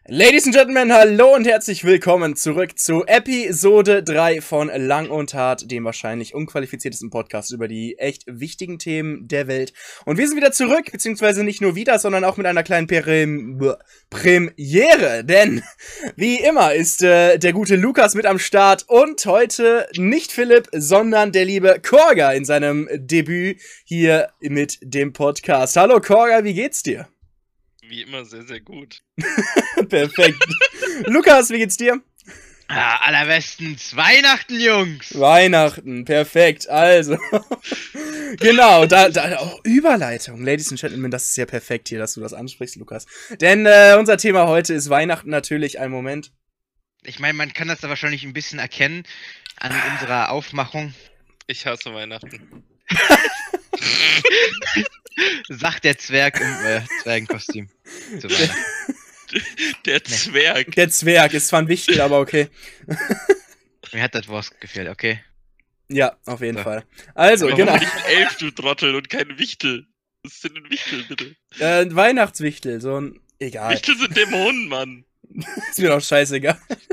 Ladies and Gentlemen, hallo und herzlich willkommen zurück zu Episode 3 von Lang und Hart, dem wahrscheinlich unqualifiziertesten Podcast über die echt wichtigen Themen der Welt. Und wir sind wieder zurück, beziehungsweise nicht nur wieder, sondern auch mit einer kleinen Premiere, denn wie immer ist der gute Lukas mit am Start und heute nicht Philipp, sondern der liebe Korga in seinem Debüt hier mit dem Podcast. Hallo Korga, wie geht's dir? Wie immer sehr, sehr gut. Perfekt. Lukas, wie geht's dir? Ah, allerbestens. Weihnachten, Jungs. Weihnachten, perfekt. Also, genau, da auch Überleitung. Ladies and Gentlemen, das ist ja perfekt hier, dass du das ansprichst, Lukas. Denn unser Thema heute ist Weihnachten natürlich. Ein Moment. Ich meine, man kann das da wahrscheinlich ein bisschen erkennen an unserer Aufmachung. Ich hasse Weihnachten. Sagt der Zwerg im Zwergenkostüm. Zu Weihnachten. Der Zwerg. Der Zwerg ist zwar ein Wichtel, aber okay. Mir hat das Wurst gefehlt, okay? Ja, auf jeden So. Fall. Also, Warum genau. nicht ein Elf, du Trottel, und kein Wichtel? Was ist denn ein Wichtel, bitte? Ein Weihnachtswichtel, so ein... Egal. Wichtel sind Dämonen, Mann. Ist mir doch scheißegal.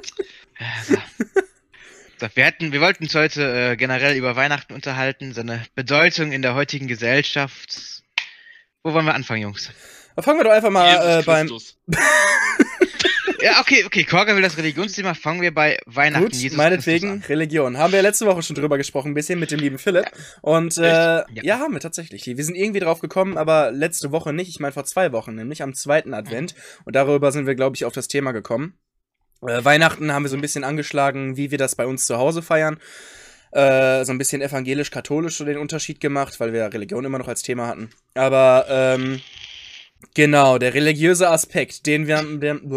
So, wir wollten uns heute generell über Weihnachten unterhalten, seine Bedeutung in der heutigen Gesellschaft. Wo wollen wir anfangen, Jungs? Da fangen wir doch einfach mal Jesus beim... Christus. Ja, okay, Korga will das Religionsthema, fangen wir bei Weihnachten. Gut, Jesus meinetwegen Christus Religion. Haben wir letzte Woche schon drüber gesprochen, ein bisschen mit dem lieben Philipp. Und ja, haben wir tatsächlich. Wir sind irgendwie drauf gekommen, aber letzte Woche nicht. Ich meine vor 2 Wochen, nämlich am 2. Advent. Und darüber sind wir, glaube ich, auf das Thema gekommen. Weihnachten haben wir so ein bisschen angeschlagen, wie wir das bei uns zu Hause feiern. So ein bisschen evangelisch-katholisch so den Unterschied gemacht, weil wir Religion immer noch als Thema hatten. Aber, genau, der religiöse Aspekt, den wir...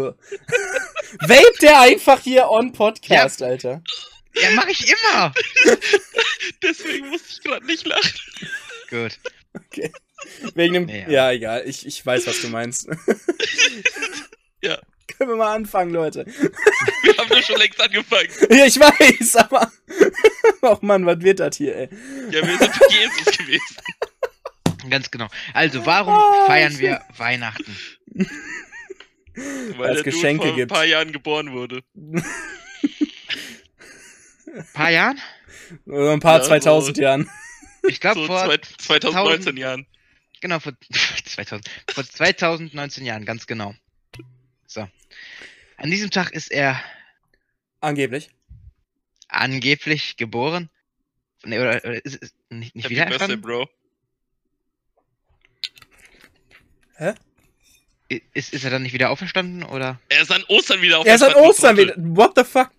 Vape der einfach hier on Podcast, ja. Alter. Ja, mach ich immer. Deswegen musste ich gerade nicht lachen. Gut. Okay. Wegen dem... Ja. Ja, egal, ich weiß, was du meinst. Ja. Können wir mal anfangen, Leute. Wir haben doch schon längst angefangen. Ja, ich weiß, aber... Och Mann, was wird das hier, ey? Ja, wir sind für Jesus gewesen. Ganz genau. Also, warum feiern wir Weihnachten? Weil es der Geschenke Dude vor gibt. ein paar Jahren geboren wurde. Paar Jahren? So ein paar Ja, 2000 so. Jahren. Ich glaube So vor 2019 Jahren. Genau, vor 2019 Jahren, ganz genau. So. An diesem Tag ist er Angeblich. angeblich geboren. Nee, oder ist es nicht Happy wieder Birthday, erstanden? Bro. Hä? Ist er dann nicht wieder auferstanden, oder? Er ist an Ostern wieder Er ist an Ostern wieder. What the fuck?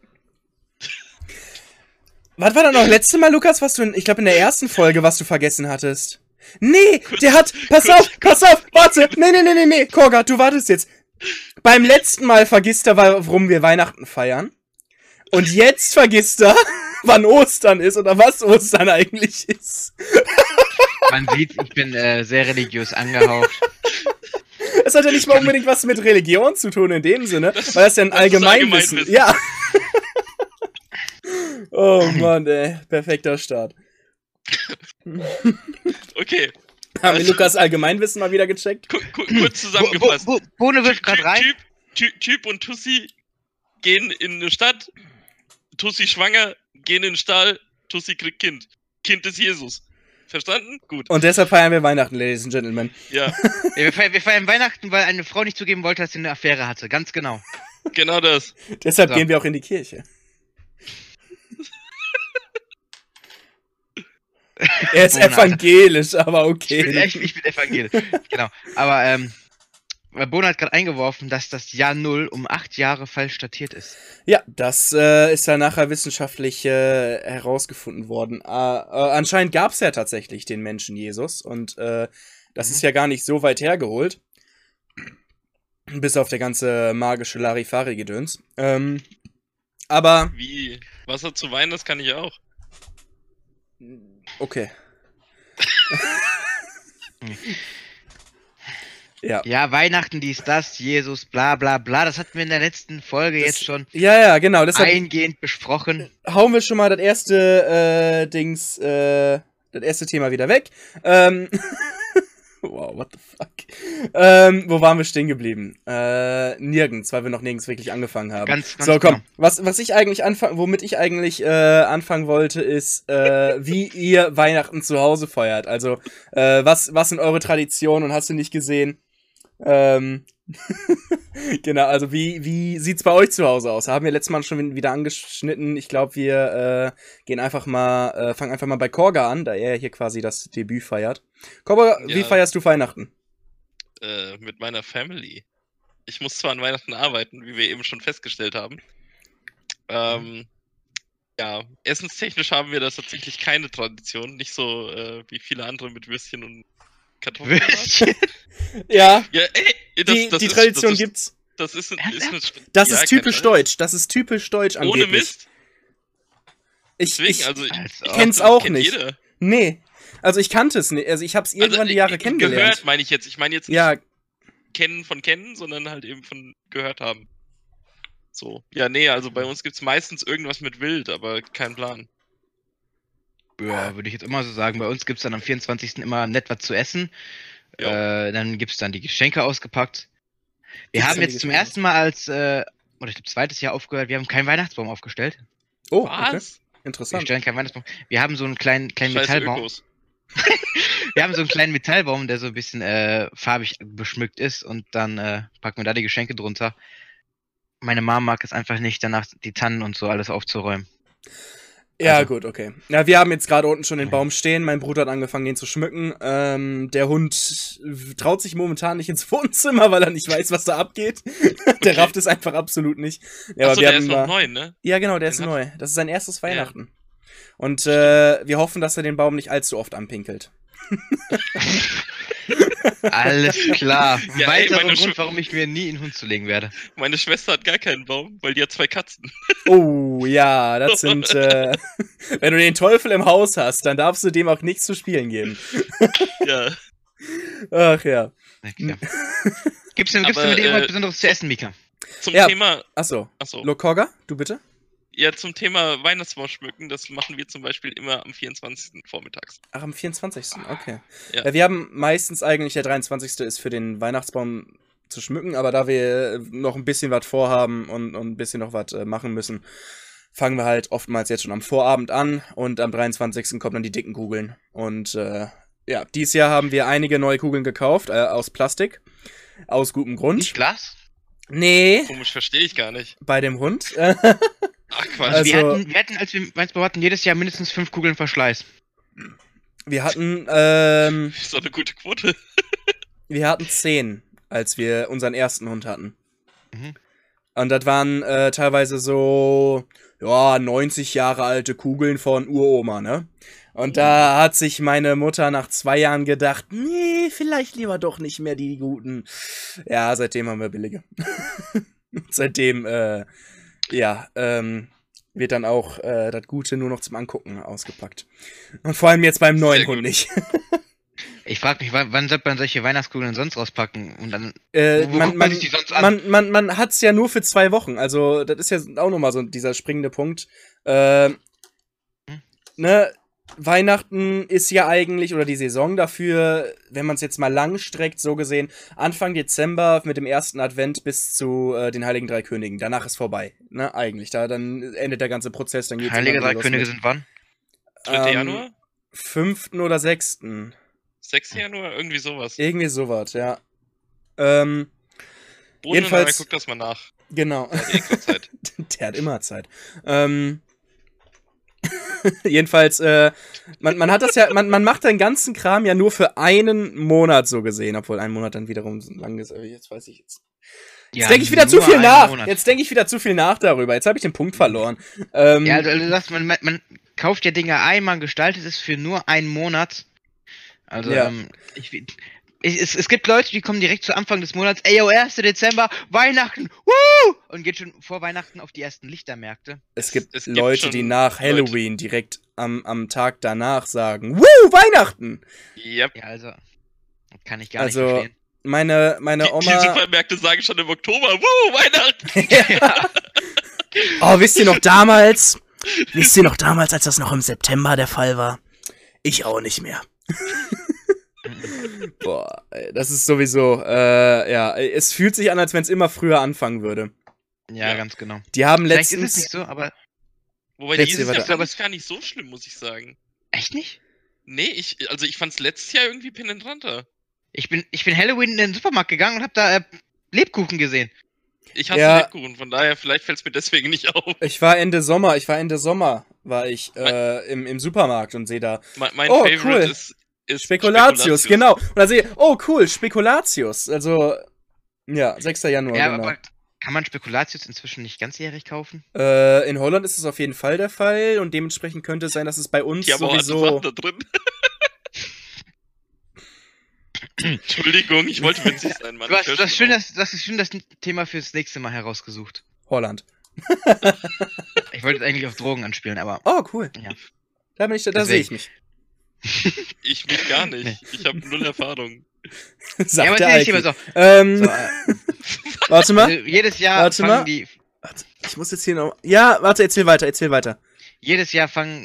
Was war da noch letzte Mal, Lukas, was du ich glaube in der ersten Folge, was du vergessen hattest? Nee, der hat, pass auf, warte, nee, Korga, du wartest jetzt. Beim letzten Mal vergisst er, warum wir Weihnachten feiern. Und jetzt vergisst er, wann Ostern ist oder was Ostern eigentlich ist. Man sieht, ich bin sehr religiös angehaucht. Es hat ja nicht mal unbedingt was mit Religion zu tun in dem Sinne, weil das ja ein Allgemeinwissen ist. Ja. Oh Mann, ey. Perfekter Start. Okay. Haben wir Lukas Allgemeinwissen mal wieder gecheckt? Kurz zusammengefasst. Bohne wird gerade rein. Typ und Tussi gehen in eine Stadt. Tussi schwanger, gehen in den Stall. Tussi kriegt Kind. Kind ist Jesus. Verstanden? Gut. Und deshalb feiern wir Weihnachten, Ladies and Gentlemen. Ja, Wir feiern Weihnachten, weil eine Frau nicht zugeben wollte, dass sie eine Affäre hatte. Ganz genau. genau das. Deshalb So. gehen wir auch in die Kirche. Er ist Bohne, evangelisch, aber okay. Ich bin evangelisch. Genau. Aber Bohne hat gerade eingeworfen, dass das Jahr 0 um 8 Jahre falsch datiert ist. Ja, das ist dann nachher wissenschaftlich herausgefunden worden. Anscheinend gab es ja tatsächlich den Menschen Jesus und das ist ja gar nicht so weit hergeholt. Bis auf der ganze magische Larifari-Gedöns. Aber... Wie? Wasser zu Wein, das kann ich auch. Okay. Ja. Ja, Weihnachten, dies, das, Jesus, bla bla bla. Das hatten wir in der letzten Folge jetzt schon Ja, genau. Deshalb eingehend besprochen. hauen wir schon mal das erste das erste Thema wieder weg. Wow, what the fuck? Wo waren wir stehen geblieben? Nirgends, weil wir noch nirgends wirklich angefangen haben. Ganz so, komm. genau. Womit ich eigentlich anfangen wollte, ist, wie ihr Weihnachten zu Hause feiert. Also, was sind eure Traditionen und hast du nicht gesehen? Genau, also wie sieht's bei euch zu Hause aus? Haben wir letztes Mal schon wieder angeschnitten. Ich glaube, wir fangen einfach mal bei Korga an, da er hier quasi das Debüt feiert. Korga, Ja. wie feierst du Weihnachten? Mit meiner Family. Ich muss zwar an Weihnachten arbeiten, wie wir eben schon festgestellt haben. Ja, essenstechnisch haben wir das tatsächlich keine Tradition. Nicht so wie viele andere mit Würstchen und Kartoffeln. Würstchen? Ja, Ja, ey, die Tradition gibt's. Das ist Das ja, ist typisch kein- deutsch. Das ist typisch deutsch Ohne angeblich. Mist. Ich Deswegen, also Als ich ob. kenn's das auch kennt nicht. Jeder. Nee. Also ich kannte es nicht. Also ich hab's irgendwann die Jahre kennengelernt. Gehört, meine ich jetzt. Ich meine jetzt nicht Ja, kennen von kennen, sondern halt eben von gehört haben. So. Ja, nee, also bei uns gibt's meistens irgendwas mit Wild, aber kein Plan. Ja, würde ich jetzt immer so sagen. Bei uns gibt's dann am 24. immer nett was zu essen. Ja. Dann gibt's dann die Geschenke ausgepackt. Wir Gibt's haben dann die jetzt zum Geschenke ersten Mal oder ich glaube zweites Jahr aufgehört, wir haben keinen Weihnachtsbaum aufgestellt. oh, okay. Was? Wir Interessant. stellen keinen Weihnachtsbaum. Wir haben so einen kleinen Scheiß Metallbaum. Ökos. Wir haben so einen kleinen Metallbaum, der so ein bisschen farbig beschmückt ist und dann packen wir da die Geschenke drunter. Meine Mom mag es einfach nicht, danach die Tannen und so alles aufzuräumen. Ja, Also- gut, okay. Ja, wir haben jetzt gerade unten schon den Baum stehen. Mein Bruder hat angefangen, den zu schmücken. Der Hund traut sich momentan nicht ins Wohnzimmer, weil er nicht weiß, was da abgeht. Der rafft es einfach absolut nicht. Ja, Achso, wir der haben ist noch neu, ne? Ja, genau, der ist Den neu. Das ist sein erstes Weihnachten. Und Stimmt. wir hoffen, dass er den Baum nicht allzu oft anpinkelt. Alles klar. Ja, Weiterer ey, meine Grund, warum ich mir nie einen Hund zulegen werde. Meine Schwester hat gar keinen Baum, weil die hat 2 Katzen. Oh, ja, das sind, wenn du den Teufel im Haus hast, dann darfst du dem auch nichts zu spielen geben. Ja. Ach ja. Na klar. Gibt's denn Aber, mit dir irgendwas Besonderes zu essen, Mika? Zum Ja. Thema. Achso. Achso. Lokoga, du bitte? Ja, zum Thema Weihnachtsbaum schmücken, das machen wir zum Beispiel immer am 24. vormittags. Ach, am 24. Okay. Ja. Wir haben meistens eigentlich, der 23. ist für den Weihnachtsbaum zu schmücken, aber da wir noch ein bisschen was vorhaben und ein bisschen noch was machen müssen, fangen wir halt oftmals jetzt schon am Vorabend an und am 23. kommen dann die dicken Kugeln. Und ja, dieses Jahr haben wir einige neue Kugeln gekauft, aus Plastik, aus gutem Grund. Nicht Glas? Nee, Komisch, verstehe ich gar nicht. bei dem Hund. Ach Quatsch. Also- wir hatten, als wir Weihnachtsbaum hatten, jedes Jahr mindestens 5 Kugeln Verschleiß. Wir hatten, Ist doch eine gute Quote. wir hatten 10, als wir unseren ersten Hund hatten. Mhm. Und das waren teilweise so, ja, 90 Jahre alte Kugeln von Uroma, ne? Und da hat sich meine Mutter nach 2 Jahren gedacht, nee, vielleicht lieber doch nicht mehr die guten. Ja, seitdem haben wir billige. Seitdem, wird dann auch das Gute nur noch zum Angucken ausgepackt. Und vor allem jetzt beim neuen Sehr Hund gut. nicht. Ich frage mich, wann sollte man solche Weihnachtskugeln sonst rauspacken? Und dann, wo Man, guckt man, sich die sonst an? man hat's ja nur für 2 Wochen. Also, das ist ja auch nochmal so dieser springende Punkt. Ne, Weihnachten ist ja eigentlich, oder die Saison dafür, wenn man es jetzt mal lang streckt, so gesehen, Anfang Dezember mit dem ersten Advent bis zu den Heiligen Drei Königen. Danach ist vorbei, ne, eigentlich. Dann endet der ganze Prozess, dann geht's Heilige irgendwann Drei los Könige mit, sind wann? 3. Januar? 5. oder 6. 6. Januar? Irgendwie sowas. Irgendwie sowas, ja. Boden jedenfalls- guck das mal nach. Genau. Hat extra Zeit. Der hat immer Zeit. Jedenfalls, man hat das ja, man macht den ganzen Kram ja nur für einen Monat so gesehen, obwohl ein Monat dann wiederum so lang ist. Aber jetzt weiß ich jetzt. Jetzt denke ich wieder zu nur viel einen nach. Monat. Jetzt denke ich wieder zu viel nach darüber. Jetzt habe ich den Punkt verloren. Ja, also du sagst, man kauft ja Dinge ein, man gestaltet es für nur einen Monat. Also, Ja. es gibt Leute, die kommen direkt zu Anfang des Monats, ey, 1. Dezember, Weihnachten, woo! Und geht schon vor Weihnachten auf die ersten Lichtermärkte. es gibt es gibt Leute, schon die nach Leute. Halloween direkt am Tag danach sagen, Woo, Weihnachten! Yep. Ja, also, kann ich gar Also, nicht verstehen. Meine Die Oma. Supermärkte sagen schon im Oktober, wuh, Weihnachten! Ja. Oh, wisst ihr noch damals? Wisst ihr noch damals, als das noch im September der Fall war? Ich auch nicht mehr. Boah, ey, das ist sowieso, ja, es fühlt sich an, als wenn es immer früher anfangen würde. Ja, ganz genau. Die haben Vielleicht letztens... ist es nicht so, aber Wobei Letzte dieses Jahr Woche. fand ich gar nicht so schlimm, muss ich sagen. echt nicht? Nee, ich fand's letztes Jahr irgendwie penetranter. Ich bin Halloween in den Supermarkt gegangen und hab da Lebkuchen gesehen. Ich hasse Ja. Lebkuchen, von daher, vielleicht fällt's mir deswegen nicht auf. Ich war Ende Sommer, war ich im Supermarkt und sehe da Mein Oh, Favorite cool. ist Spekulatius, genau. Und da sehe ich, oh cool, Spekulatius. Also, ja, 6. Januar, Ja, genau. aber kann man Spekulatius inzwischen nicht ganzjährig kaufen? In Holland ist es auf jeden Fall der Fall und dementsprechend könnte es sein, dass es bei uns Die haben auch andere sowieso... Sachen da drin. Entschuldigung, ich wollte witzig sein, Mann. Du hast schön das Thema fürs nächste Mal herausgesucht. Holland. Ich wollte jetzt eigentlich auf Drogen anspielen, aber Oh, cool. Ja. Da sehe Deswegen. ich mich. Ich mich gar nicht. Ich habe 0 Erfahrung. Sagt ja, aber der erzähl ich Alki. immer so. Warte mal. Also jedes Jahr Warte mal. fangen die. Warte, ich muss jetzt hier noch... Ja, warte, erzähl weiter. Jedes Jahr fangen.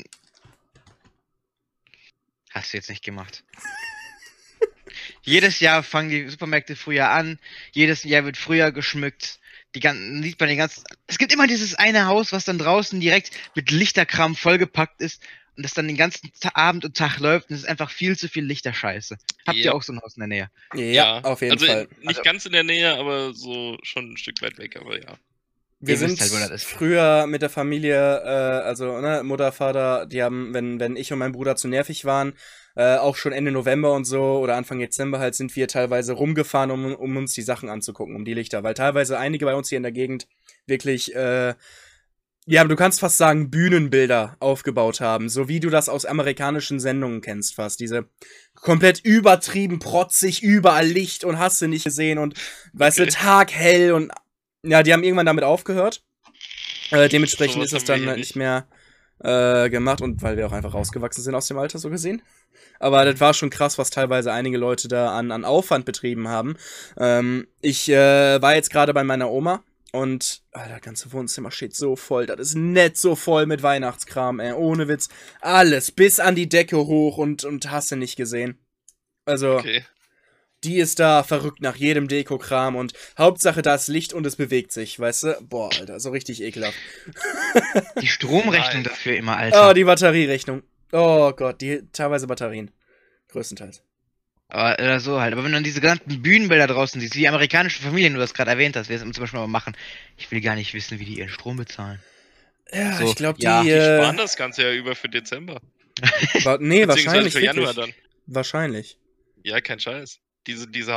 Hast du jetzt nicht gemacht. Jedes Jahr fangen die Supermärkte früher an. Jedes Jahr wird früher geschmückt. Sieht man den ganzen. Es gibt immer dieses eine Haus, was dann draußen direkt mit Lichterkram vollgepackt ist und das dann den ganzen Abend und Tag läuft und es ist einfach viel zu viel Lichterscheiße. Habt Ja. ihr auch so ein Haus in der Nähe? Ja, auf jeden also Fall. Nicht ganz in der Nähe, aber so schon ein Stück weit weg, aber ja. Wir Ihr sind wisst halt, wo das ist. früher mit der Familie, also ne, Mutter, Vater, die haben, wenn ich und mein Bruder zu nervig waren, auch schon Ende November und so oder Anfang Dezember halt, sind wir teilweise rumgefahren, um uns die Sachen anzugucken, um die Lichter, weil teilweise einige bei uns hier in der Gegend wirklich, ja, du kannst fast sagen, Bühnenbilder aufgebaut haben, so wie du das aus amerikanischen Sendungen kennst fast, diese komplett übertrieben protzig, überall Licht und hast du nicht gesehen und, weißt du, taghell und ja, die haben irgendwann damit aufgehört. Dementsprechend Sowas ist es haben wir dann hier nicht mehr gemacht und weil wir auch einfach rausgewachsen sind aus dem Alter, so gesehen. Aber das war schon krass, was teilweise einige Leute da an Aufwand betrieben haben. Ich war jetzt gerade bei meiner Oma und das ganze Wohnzimmer steht so voll. Das ist nett so voll mit Weihnachtskram, ey. Ohne Witz. Alles bis an die Decke hoch und hast du nicht gesehen. Also, Okay. die ist da verrückt nach jedem Dekokram und Hauptsache da ist Licht und es bewegt sich, weißt du? Boah, Alter, so richtig ekelhaft. Die Stromrechnung Nice. dafür immer, Alter. Oh, die Batterierechnung. Oh Gott, teilweise Batterien. Größtenteils. Aber oder so halt. Aber wenn du dann diese ganzen Bühnenbilder draußen siehst, wie amerikanische Familien, du das gerade erwähnt hast, wir das zum Beispiel mal machen, ich will gar nicht wissen, wie die ihren Strom bezahlen. Ja, So, ich glaube, ja. die. Die sparen das Ganze ja über für Dezember. Nee, Beziehungsweise wahrscheinlich. für Januar Wirklich. dann. Wahrscheinlich. Ja, kein Scheiß. Diese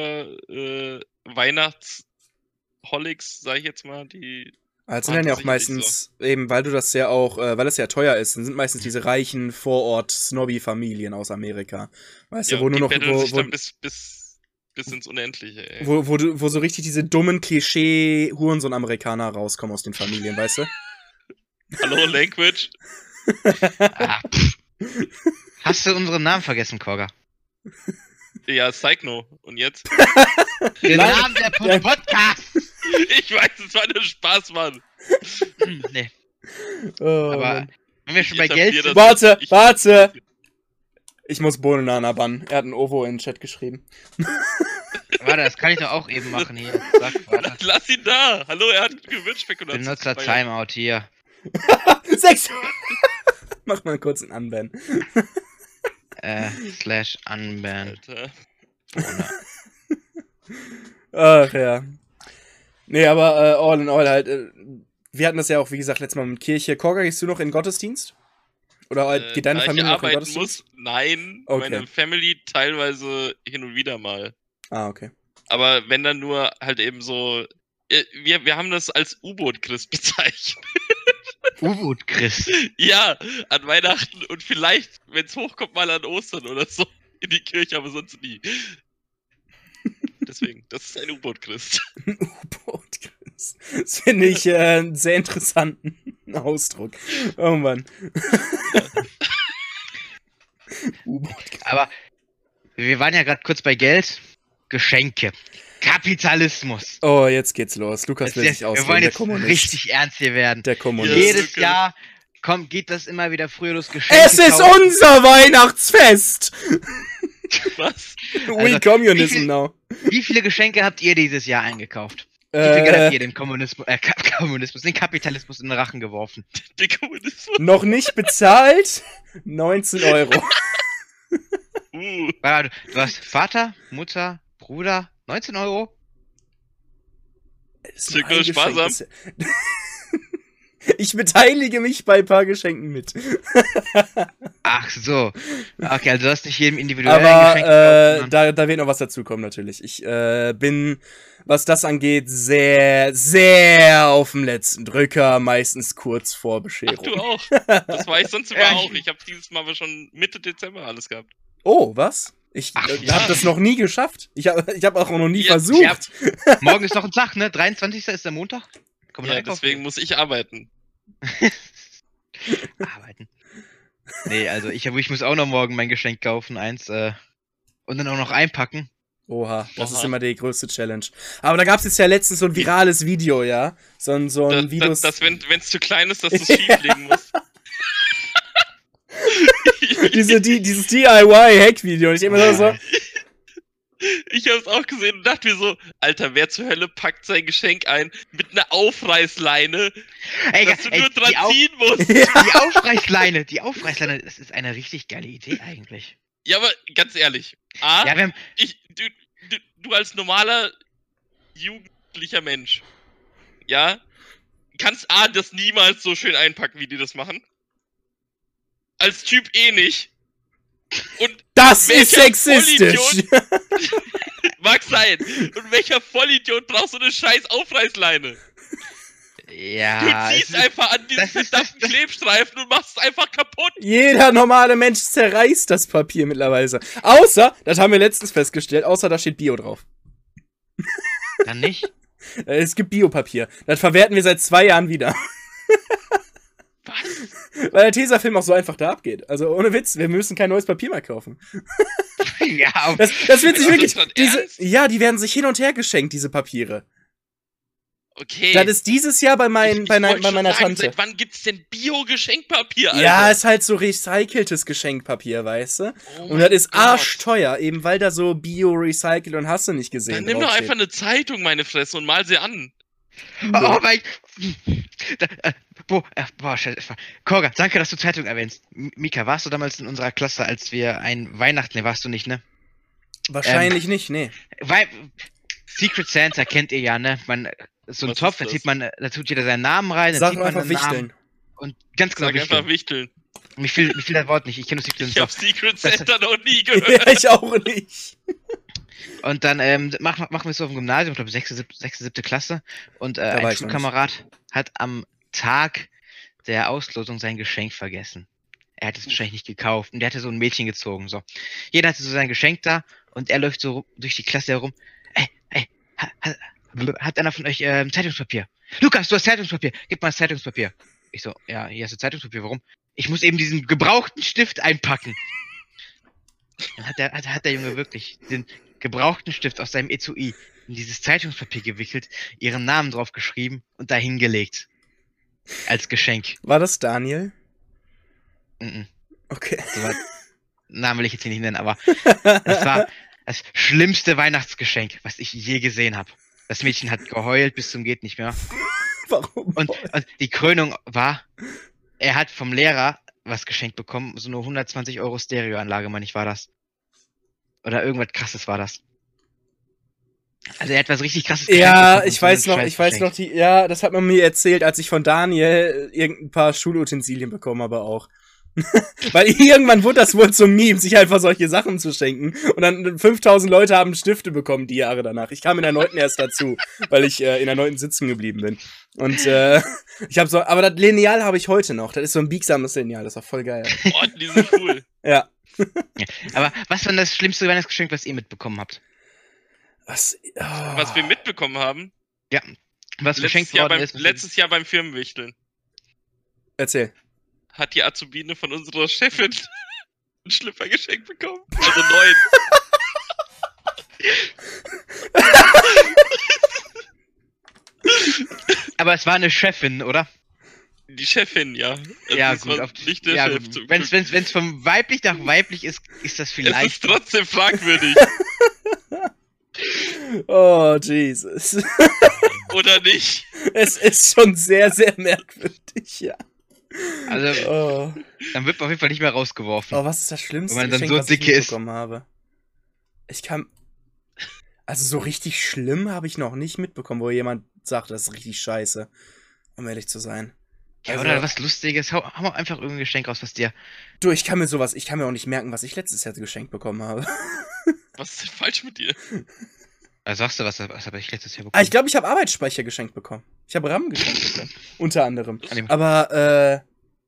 Hardcore-Weihnachts-Holics, sag ich jetzt mal, die. Also sind dann ja auch sicherlich meistens, eben weil du das ja auch, weil es ja teuer ist, dann sind meistens diese reichen Vorort-Snobby-Familien aus Amerika. Weißt du, wo nur noch, betteln sich wo, dann bis ins Unendliche, ey. wo so richtig diese dummen Klischee-Hurensohn-Amerikaner rauskommen aus den Familien, weißt du? Hallo, Language? Ah, pff. Hast du unseren Namen vergessen, Korga? Ja, Psychno. Und jetzt? Den Nein. Namen der Podcast! Ich weiß, es war nur Spaß, Mann. Nee, Oh, aber Mann. wenn wir schon bei Ich etablier Geld sind, Warte, Ich- warte! Ich muss Bohnenana bannen. Er hat ein Ovo in den Chat geschrieben. warte, das kann ich doch auch eben machen hier. Sag, warte. Lass ihn da. Hallo, er hat Gewürzspekulation. Benutzer Timeout hier. 6! Mach mal kurz einen Unban. / unban. Alter. Ohne. Ach ja. Nee, aber all in all halt, wir hatten das ja auch, wie gesagt, letztes Mal mit Kirche. Korga, gehst du noch in den Gottesdienst? Oder geht deine Da Familie ich noch in den arbeiten Gottesdienst? muss, nein. Okay. Meine Family teilweise hin und wieder mal. Ah, okay. Aber wenn dann nur halt eben so. Wir haben das als U-Boot-Christ bezeichnet. U-Boot-Chris. Ja, an Weihnachten und vielleicht, wenn es hochkommt, mal an Ostern oder so in die Kirche, aber sonst nie. Deswegen, das ist ein U-Boot-Christ. U-Boot-Chris. Das finde ich einen sehr interessanten Ausdruck. Oh Mann. U-Boot-Chris. Aber wir waren ja gerade kurz bei Geld. Geschenke. Kapitalismus. Oh, jetzt geht's los. Lukas will Jetzt, sich wir ausreden. wollen Der jetzt Kommunist. richtig ernst hier werden. Der Kommunist. Ja. Jedes okay. Jahr geht das immer wieder früher los. Geschenke Es ist kaufen. unser Weihnachtsfest! Was? We Communism now. Wie viele Geschenke habt ihr dieses Jahr eingekauft? Wie viel Geld habt ihr den den Kapitalismus in den Rachen geworfen? Der Kommunismus. Noch nicht bezahlt? 19 Euro. Du hast Vater, Mutter, Bruder, 19 Euro? Zirkel sparsam. Ich beteilige mich bei ein paar Geschenken mit. Ach so. Okay, also du hast nicht jedem individuell Aber ein Geschenk gekauft, da wird noch was dazukommen natürlich. Ich bin, was das angeht, sehr, sehr auf dem letzten Drücker, meistens kurz vor Bescherung. Ach, du auch. Das war ich sonst immer auch. Ich habe dieses Mal aber schon Mitte Dezember alles gehabt. Oh, was? Ich ja. habe das noch nie geschafft. Ich hab auch noch nie versucht. Ja. Morgen ist noch ein Tag, ne? 23. ist der Montag. Ja, deswegen muss ich arbeiten. Arbeiten. Nee, also ich muss auch noch morgen mein Geschenk kaufen, eins, und dann auch noch einpacken. Oha, das ist immer die größte Challenge. Aber da gab's jetzt ja letztens so ein virales Video, ja? So ein Video. Wenn es zu klein ist, dass du es schieflegen musst. Dieses DIY-Hack-Video. Und ich immer so. Ich hab's auch gesehen und dachte mir so, Alter, wer zur Hölle packt sein Geschenk ein mit einer Aufreißleine, dass du nur dran ziehen musst? Die Aufreißleine, das ist eine richtig geile Idee eigentlich. Ja, aber ganz ehrlich, du als normaler jugendlicher Mensch, ja, kannst das niemals so schön einpacken, wie die das machen. Als Typ nicht. Und das ist sexistisch! Mag sein. Und welcher Vollidiot braucht so eine scheiß Aufreißleine? Ja. Du ziehst einfach an diesen verdammten Klebstreifen und machst es einfach kaputt. Jeder normale Mensch zerreißt das Papier mittlerweile. Außer, das haben wir letztens festgestellt, außer da steht Bio drauf. Dann nicht? Es gibt Biopapier. Das verwerten wir seit 2 Jahren wieder. Was? Weil der Tesafilm auch so einfach da abgeht. Also ohne Witz, wir müssen kein neues Papier mehr kaufen. Ja, das wird sich wirklich. Ernst? Die werden sich hin und her geschenkt, diese Papiere. Okay. Das ist dieses Jahr bei meiner Tante. Seit wann gibt's denn Bio-Geschenkpapier, Alter? Ja, ist halt so recyceltes Geschenkpapier, weißt du? Oh und das ist Gott. arschteuer, eben weil da so Bio-recycelt und hast du nicht gesehen. Dann nimm doch einfach eine Zeitung, meine Fresse, und mal sie an. Oh mein... Korga, danke, dass du Zeitung erwähnst. Mika, warst du damals in unserer Klasse, als wir ein Weihnachten... Ne, warst du nicht, ne? Wahrscheinlich nicht, nee. Weil Secret Santa kennt ihr ja, ne? So ein Topf, da tut jeder seinen Namen rein. Sag einfach Wichteln. Und ganz genau Sag einfach Wichteln. Mir fiel das Wort nicht, ich kenne Secret Santa. Ich hab Secret Santa noch nie gehört. Ja, ich auch nicht. Und dann machen wir es so auf dem Gymnasium, ich glaube 6., 7. Klasse. Und ein Schulkamerad hat am Tag der Auslosung sein Geschenk vergessen. Er hat es wahrscheinlich nicht gekauft. Und der hatte so ein Mädchen gezogen. So. Jeder hatte so sein Geschenk da und er läuft so durch die Klasse herum. Ey, hat einer von euch Zeitungspapier? Lukas, du hast Zeitungspapier. Gib mal das Zeitungspapier. Ich so, ja, hier hast du Zeitungspapier. Warum? Ich muss eben diesen gebrauchten Stift einpacken. Dann hat der Junge wirklich den gebrauchten Stift aus seinem Etui in dieses Zeitungspapier gewickelt, ihren Namen drauf geschrieben und da hingelegt. Als Geschenk. War das Daniel? Okay. Namen will ich jetzt hier nicht nennen, aber das war das schlimmste Weihnachtsgeschenk, was ich je gesehen habe. Das Mädchen hat geheult bis zum geht nicht mehr. Warum? Und die Krönung war, er hat vom Lehrer was geschenkt bekommen, so eine 120 € Stereoanlage, meine ich, war das. Oder irgendwas krasses war das. Also er hat was richtig krasses geschenkt Ja, bekommen, ich weiß noch, das hat man mir erzählt, als ich von Daniel irgendein paar Schulutensilien bekommen habe auch. Weil irgendwann wurde das wohl zum Meme, sich einfach solche Sachen zu schenken. Und dann 5000 Leute haben Stifte bekommen die Jahre danach. Ich kam in der 9. erst dazu, weil ich in der 9. sitzen geblieben bin. Und ich habe aber das Lineal habe ich heute noch. Das ist so ein biegsames Lineal, das war voll geil. Boah, die sind cool. Ja. Aber was war denn das schlimmste Weihnachtsgeschenk, was ihr mitbekommen habt? Was wir mitbekommen haben? Ja. Was geschenkt worden ist. Letztes Jahr beim Firmenwichteln. Erzähl. Hat die Azubine von unserer Chefin einen Schlüpfer geschenkt bekommen. Also 9. Aber es war eine Chefin, oder? Die Chefin, ja. Also Ja, das gut. war nicht der Ja, Chef. gut. Wenn's vom weiblich nach weiblich ist, ist das Es vielleicht. ist trotzdem fragwürdig. Oh, Jesus. Oder nicht? Es ist schon sehr, sehr merkwürdig, ja. Also, Oh. dann wird man auf jeden Fall nicht mehr rausgeworfen. Oh, was ist das schlimmste Wenn man dann Geschenk, so was ich dicke ist. mitbekommen habe? Ich kann... Also so richtig schlimm habe ich noch nicht mitbekommen, wo jemand sagt, das ist richtig scheiße. Um ehrlich zu sein. Ja, Also, oder was Lustiges. Hau mal einfach irgendein Geschenk raus, was dir. Du, ich kann mir auch nicht merken, was ich letztes Jahr geschenkt bekommen habe. Was ist denn falsch mit dir? Sagst du, was habe ich letztes Jahr Ah, bekommen? ich glaube, ich habe Arbeitsspeicher geschenkt bekommen. Ich habe RAM geschenkt bekommen. Unter anderem. An dem- Aber,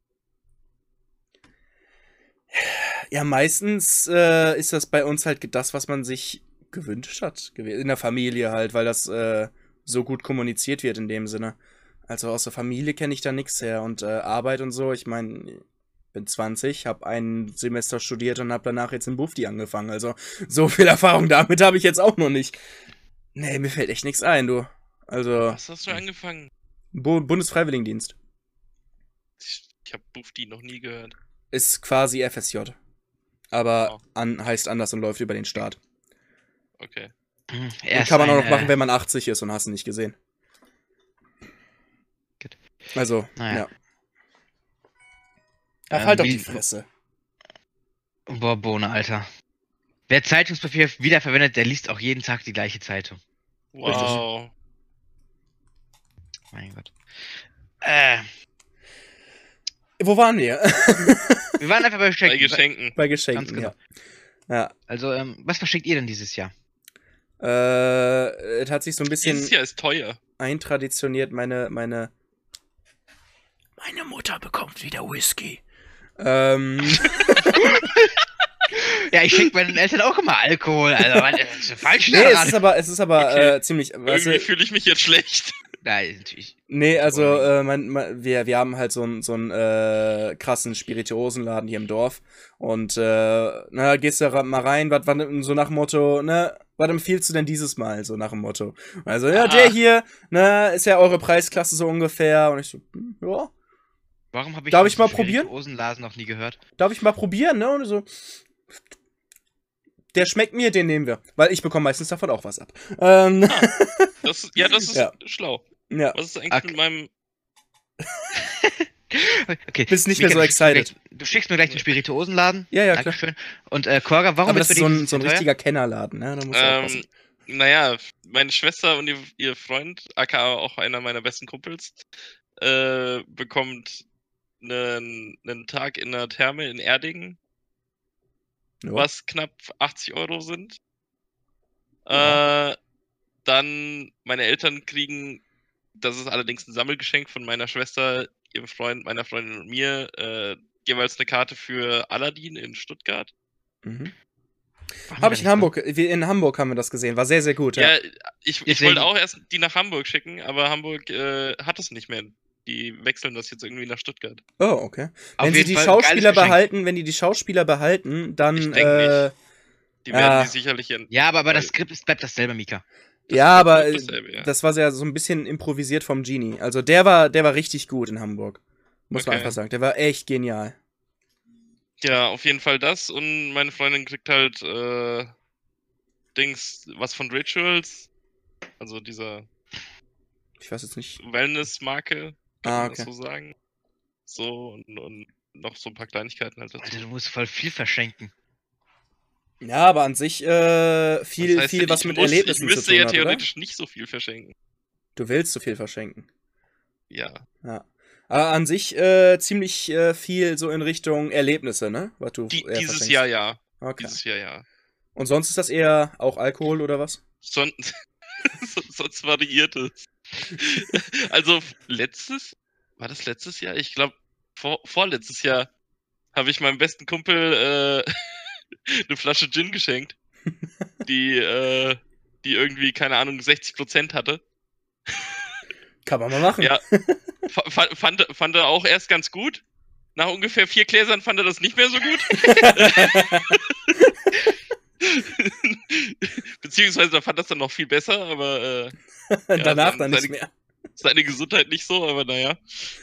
ja, meistens ist das bei uns halt das, was man sich gewünscht hat. In der Familie halt, weil das so gut kommuniziert wird in dem Sinne. Also aus der Familie kenne ich da nichts her. Und Arbeit und so, ich meine, bin 20, habe ein Semester studiert und habe danach jetzt in Bufdi angefangen. Also so viel Erfahrung damit habe ich jetzt auch noch nicht. Nee, mir fällt echt nichts ein, du. Also Was hast du angefangen? Bundesfreiwilligendienst Ich habe Bufdi noch nie gehört. ist quasi FSJ. Aber Oh. heißt anders und läuft über den Staat. Okay. Und kann man auch noch machen, wenn man 80 ist und hast ihn nicht gesehen. Gut. Also, Naja. ja. Ach, halt doch wie- die Fresse. Boah, Bohne, Alter. Wer Zeitungspapier wiederverwendet, der liest auch jeden Tag die gleiche Zeitung. Wow. Mein Gott. Wo waren wir? Wir waren einfach bei Bei Geschenken. Geschenken. Bei Geschenken, Ganz genau. ja. Also, was verschickt ihr denn dieses Jahr? Es hat sich so ein bisschen Dieses Jahr ist teuer. eintraditioniert, meine Mutter bekommt wieder Whisky. Ja, ich schenke meinen Eltern auch immer Alkohol. Also, was ist denn falsch Nee, daran? es ist aber Okay. ziemlich, weißt Irgendwie du, fühle ich mich jetzt schlecht. Nein, natürlich. nee, also wir haben halt so einen krassen Spirituosenladen hier im Dorf und na, gehst du mal rein, was so nach dem Motto, ne, was empfiehlst du denn dieses Mal, so nach dem Motto. Also, ja, der hier, ne, ist ja eure Preisklasse so ungefähr und ich so, ja, Warum habe ich Darf von ich mal so probieren? Spirituosenlasen noch nie gehört? darf ich mal probieren, ne, und so, der schmeckt mir, den nehmen wir, weil ich bekomme meistens davon auch was ab. Das ist Ja. schlau. Ja, Was ist eigentlich Okay. mit meinem... Okay. Bist nicht mehr Mika, so excited. Du schickst mir gleich den Spirituosenladen. Ja, klar. Dankeschön. Und Korga, warum Aber das ist ist bei dir so dieses ein Jahr teuer? richtiger Kennerladen, ne, da musst du aufpassen. Naja, meine Schwester und ihr Freund, aka auch einer meiner besten Kumpels, bekommt einen Tag in der Therme in Erding, Ja. was knapp 80 € sind. Ja. Dann meine Eltern kriegen, das ist allerdings ein Sammelgeschenk von meiner Schwester, ihrem Freund, meiner Freundin und mir, jeweils eine Karte für Aladdin in Stuttgart. Mhm. Warum Habe ich in nicht? Hamburg, in Hamburg haben wir das gesehen, war sehr, sehr gut, ja. Ja, ich Deswegen- wollte auch erst die nach Hamburg schicken, aber Hamburg hat es nicht mehr. Die wechseln das jetzt irgendwie nach Stuttgart. Oh, okay. Auf Wenn sie jeden die Fall Schauspieler geiles Geschenk. behalten, wenn die Schauspieler behalten, dann, Ich denk nicht. Die werden Ja. die sicherlich Ja, aber das Skript bleibt dasselbe, Mika. ja, aber bleibt dasselbe, ja. das war ja so ein bisschen improvisiert vom Genie. Also der war richtig gut in Hamburg. Muss man Okay. einfach sagen. Der war echt genial. Ja, auf jeden Fall das. Und meine Freundin kriegt halt was von Rituals. Also dieser Ich weiß jetzt nicht. Wellness-Marke, kann Ah, man okay. das so sagen. So, und noch so ein paar Kleinigkeiten halt dazu. Alter, du musst voll viel verschenken. Ja, aber an sich viel, Das heißt, viel was ich mit muss- Erlebnissen Ich zu müsste tun ja hat, oder? theoretisch nicht so viel verschenken. Du willst zu viel verschenken. Ja. Ja. Aber an sich ziemlich viel so in Richtung Erlebnisse, ne? Was du eher Dieses verschenkst. Jahr ja. Okay. Dieses Jahr ja. Und sonst ist das eher auch Alkohol oder was? Sonst variiert es. Also war das letztes Jahr? Ich glaube, vorletztes Jahr habe ich meinem besten Kumpel eine Flasche Gin geschenkt, die irgendwie, keine Ahnung, 60% hatte. Kann man mal machen. Ja. Fand er auch erst ganz gut. Nach ungefähr 4 Gläsern fand er das nicht mehr so gut. Beziehungsweise er fand das dann noch viel besser, aber Danach dann dann nicht seine- mehr. Seine Gesundheit nicht so, aber naja.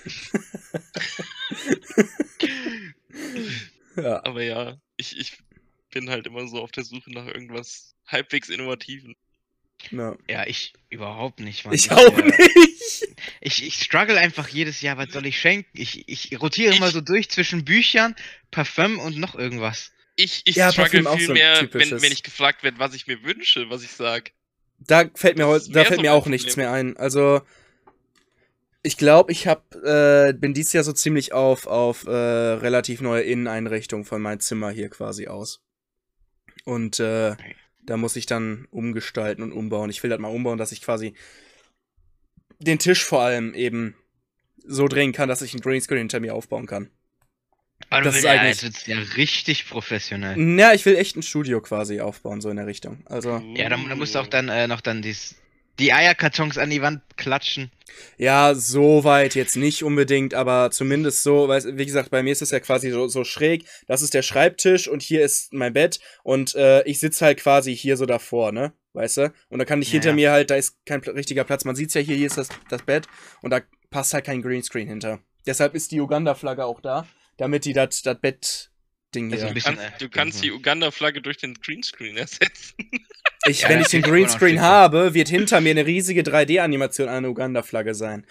Ja. Aber ja, ich bin halt immer so auf der Suche nach irgendwas halbwegs Innovativen. Ja. Ja, ich überhaupt nicht, Mann. Ich auch nicht. Ich struggle einfach jedes Jahr, was soll ich schenken? Ich rotiere immer so durch zwischen Büchern, Parfüm und noch irgendwas. Ich Ja, struggle Parfüm auch viel so ein mehr, typisches. wenn ich gefragt werde, was ich mir wünsche, was ich sag. Da fällt mir, Das ist da mehr fällt so mir mein auch nichts Problem. mehr ein. Also, ich glaube, bin dieses Jahr so ziemlich auf relativ neue Inneneinrichtung von meinem Zimmer hier quasi aus. Und da muss ich dann umgestalten und umbauen. Ich will das mal umbauen, dass ich quasi den Tisch vor allem eben so drehen kann, dass ich einen Greenscreen hinter mir aufbauen kann. Aber Das ist ja, eigentlich- jetzt wird's ja richtig professionell. Ja, ich will echt ein Studio quasi aufbauen, so in der Richtung. Also, Ja, da musst du auch dann noch dann die Eierkartons an die Wand klatschen. ja, so weit jetzt nicht unbedingt, aber zumindest so, weil, wie gesagt, bei mir ist es ja quasi so schräg. Das ist der Schreibtisch und hier ist mein Bett und ich sitze halt quasi hier so davor, ne? Weißt du? Und da kann ich Ja, hinter ja. mir halt, da ist kein richtiger Platz. Man sieht's ja hier ist das Bett und da passt halt kein Greenscreen hinter. Deshalb ist die Uganda-Flagge auch da, damit die das Bett-Ding Also hier. ein bisschen, Du kannst die Uganda-Flagge durch den Greenscreen ersetzen. Ja, Wenn das ich den geht immer noch Greenscreen schief. habe, wird hinter mir eine riesige 3D-Animation an einer Uganda-Flagge sein.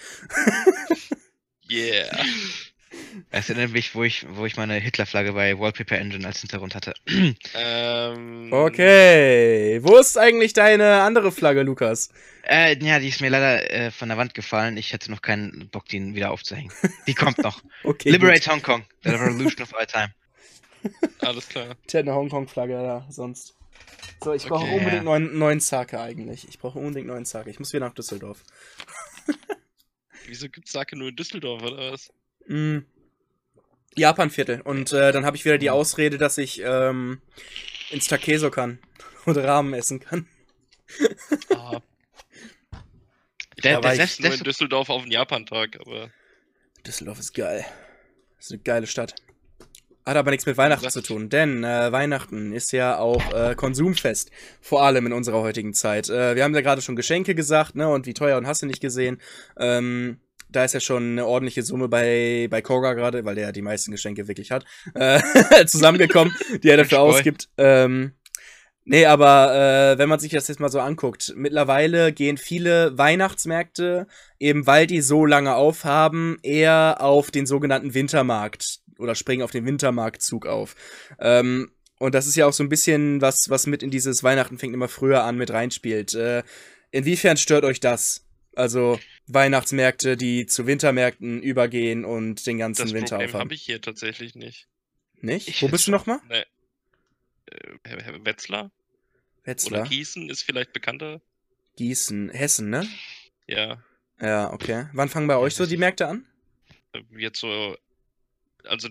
Yeah. Das erinnert mich, wo ich meine Hitler-Flagge bei Wallpaper Engine als Hintergrund hatte. Okay. Wo ist eigentlich deine andere Flagge, Lukas? Ja, die ist mir leider von der Wand gefallen. Ich hätte noch keinen Bock, die wieder aufzuhängen. Die kommt noch. Okay. Liberate Hong Kong, the revolution of our time. Alles klar. Ich hätte eine Hongkong-Flagge da, sonst. So, ich brauche Okay. unbedingt neuen Sake eigentlich. Ich brauche unbedingt neuen Sake. Ich muss wieder nach Düsseldorf. Wieso gibt's Sake nur in Düsseldorf, oder was? Japanviertel. Und dann habe ich wieder die Ausrede, dass ich ins Takeso kann. Und Ramen essen kann. Ah, Der, war ich selbst, nur in selbst, Düsseldorf auf den Japantag, aber Düsseldorf ist geil. Ist eine geile Stadt. Hat aber nichts mit Weihnachten zu tun, denn Weihnachten ist ja auch Konsumfest. Vor allem in unserer heutigen Zeit. Wir haben ja gerade schon Geschenke gesagt, ne? Und wie teuer und hast du nicht gesehen. Da ist ja schon eine ordentliche Summe bei Koga gerade, weil der ja die meisten Geschenke wirklich hat, zusammengekommen, die er dafür Spoil. ausgibt. Nee, aber wenn man sich das jetzt mal so anguckt, mittlerweile gehen viele Weihnachtsmärkte, eben weil die so lange aufhaben, eher auf den sogenannten Wintermarkt oder springen auf den Wintermarktzug auf. Und das ist ja auch so ein bisschen was mit in dieses Weihnachten fängt immer früher an mit reinspielt. Inwiefern stört euch das? Also Weihnachtsmärkte, die zu Wintermärkten übergehen und den ganzen das Winter Problem aufhaben. habe ich hier tatsächlich nicht. Nicht? Ich Wo bist du nochmal? Nee. Herr Wetzlar? Wetzlar? Oder Gießen ist vielleicht bekannter. Gießen, Hessen, ne? Ja. Ja, okay. Wann fangen bei euch so die Märkte an? Jetzt so, also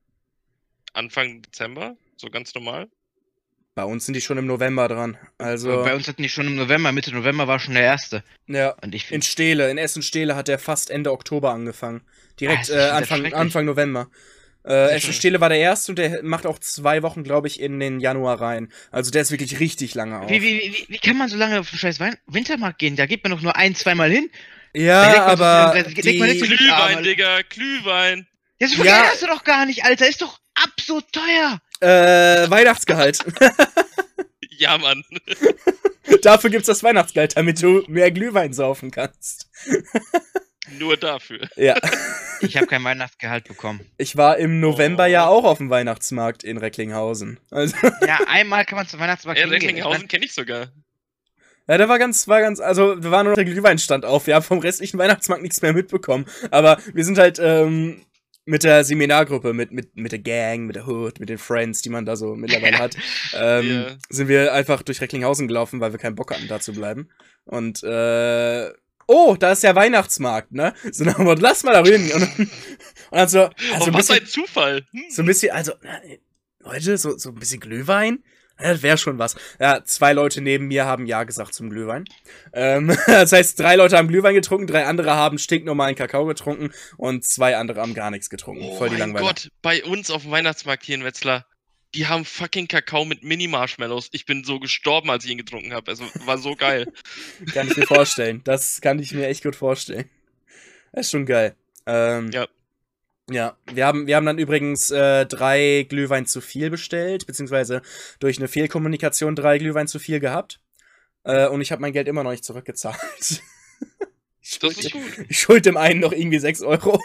Anfang Dezember, so ganz normal. Bei uns sind die schon im November dran. Also, bei uns hatten die schon im November, Mitte November war schon der erste. ja, Und ich in finde, Stele, in Essen-Stele hat der fast Ende Oktober angefangen. Direkt das ist wieder Anfang, schrecklich. Anfang November. ist Essen-Stele war der erste und der macht auch 2 Wochen, glaube ich, in den Januar rein. Also der ist wirklich richtig lange auf. wie kann man so lange auf den scheiß Wintermarkt gehen? Da geht man doch nur 1-2 Mal hin. Da Ja, denkt man aber sich, da denkt man nicht so- die, Glühwein, aber- Digga, Glühwein. Ja, so viel Ja. Geld hast du doch gar nicht, Alter. Ist doch absurd teuer. Weihnachtsgehalt. Ja, Mann. Dafür gibt's das Weihnachtsgehalt, damit du mehr Glühwein saufen kannst. Nur dafür. Ja. Ich habe kein Weihnachtsgehalt bekommen. Ich war im November Oh. ja auch auf dem Weihnachtsmarkt in Recklinghausen. Also, Ja, einmal kann man zum Weihnachtsmarkt Ja, hingehen. Recklinghausen kenne ich sogar. ja, der war ganz, also, wir waren nur noch der Glühweinstand auf. Wir haben vom restlichen Weihnachtsmarkt nichts mehr mitbekommen. Aber wir sind halt, mit der Seminargruppe, mit der Gang, mit der Hood, mit den Friends, die man da so mittlerweile hat, Ja. sind wir einfach durch Recklinghausen gelaufen, weil wir keinen Bock hatten, da zu bleiben. Und, oh, da ist der Weihnachtsmarkt, ne? So, na, aber lass mal da hin. Und dann so, also ein was bisschen, ein Zufall. so ein bisschen, also, Leute, so ein bisschen Glühwein? Ja, das wäre schon was. Ja, 2 Leute neben mir haben Ja gesagt zum Glühwein. Das heißt, 3 Leute haben Glühwein getrunken, 3 andere haben stinknormalen Kakao getrunken und 2 andere haben gar nichts getrunken. Oh Voll die mein Langweiler. Gott, bei uns auf dem Weihnachtsmarkt hier in Wetzlar, die haben fucking Kakao mit Mini-Marshmallows. Ich bin so gestorben, als ich ihn getrunken habe. Also war so geil. Kann ich mir vorstellen. Das kann ich mir echt gut vorstellen. Das ist schon geil. Ja. Ja, wir haben dann übrigens 3 Glühwein zu viel bestellt, beziehungsweise durch eine Fehlkommunikation 3 Glühwein zu viel gehabt. Und ich habe mein Geld immer noch nicht zurückgezahlt. Das ist gut. Ich schulde dem einen noch irgendwie 6 Euro.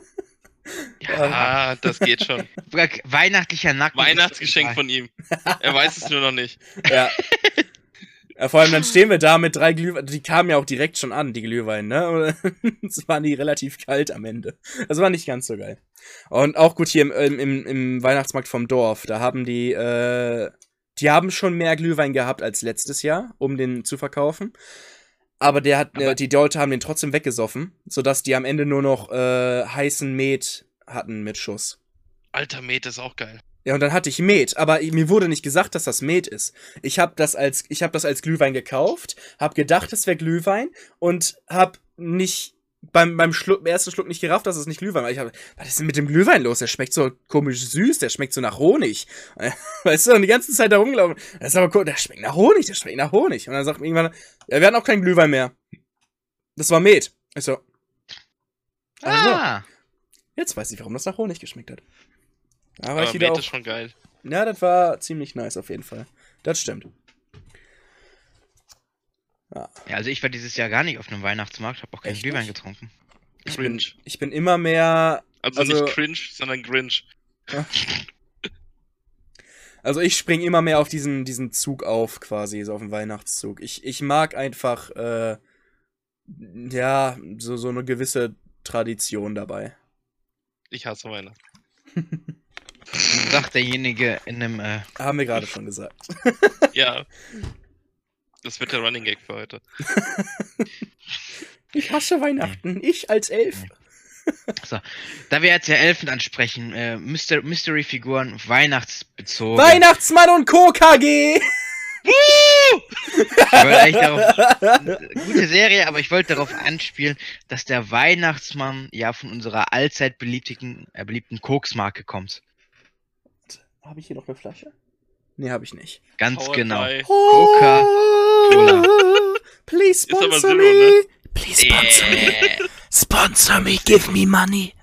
Ja, das geht schon. Weihnachtlicher Nacken. Weihnachtsgeschenk von ihm. Er weiß es nur noch nicht. Ja. Ja, vor allem dann stehen wir da mit 3 Glühwein. Die kamen ja auch direkt schon an, die Glühwein, ne? Es waren die relativ kalt am Ende. Das war nicht ganz so geil. Und auch gut hier im Weihnachtsmarkt vom Dorf. Da haben die haben schon mehr Glühwein gehabt als letztes Jahr, um den zu verkaufen. Aber die Leute haben den trotzdem weggesoffen, sodass die am Ende nur noch heißen Met hatten mit Schuss. Alter, Met ist auch geil. Ja, und dann hatte ich Met, aber mir wurde nicht gesagt, dass das Met ist. Ich habe das als Glühwein gekauft, hab gedacht, es wäre Glühwein und hab nicht beim ersten Schluck nicht gerafft, dass es nicht Glühwein war. Was ist denn mit dem Glühwein los? Der schmeckt so komisch süß, der schmeckt so nach Honig. Weißt du, und die ganze Zeit da rumgelaufen. Das ist aber cool, der schmeckt nach Honig. Und dann sagt mir irgendwann, ja, wir hatten auch keinen Glühwein mehr. Das war Met. Ich so. Also, jetzt weiß ich, warum das nach Honig geschmeckt hat. Da war ich wieder Met ist schon geil. Ja, das war ziemlich nice auf jeden Fall. Das stimmt. Ja, also ich war dieses Jahr gar nicht auf einem Weihnachtsmarkt, habe auch keinen Echt Glühwein nicht? getrunken. Cringe. Ich bin immer mehr. Also nicht cringe, sondern Grinch. Also ich spring immer mehr auf diesen Zug auf, quasi, so auf den Weihnachtszug. Ich mag einfach, ja, so eine gewisse Tradition dabei. Ich hasse Weihnachten. Sagt derjenige in einem. Haben wir gerade schon gesagt. Ja. Das wird der Running Gag für heute. Ich hasse Weihnachten. Ich als Elf. So, da wir jetzt ja Elfen ansprechen, Mystery-Figuren, weihnachtsbezogen. Weihnachtsmann und Co. KG! Ich wollte eigentlich darauf, gute Serie, aber ich wollte darauf anspielen, dass der Weihnachtsmann ja von unserer allzeit beliebten Koksmarke kommt. Habe ich hier noch eine Flasche? Nee, habe ich nicht. Ganz Powered genau. by- Coca-Cola. Please Ist aber sponsor Zero, me. ne? Please sponsor me. Sponsor me, give me money.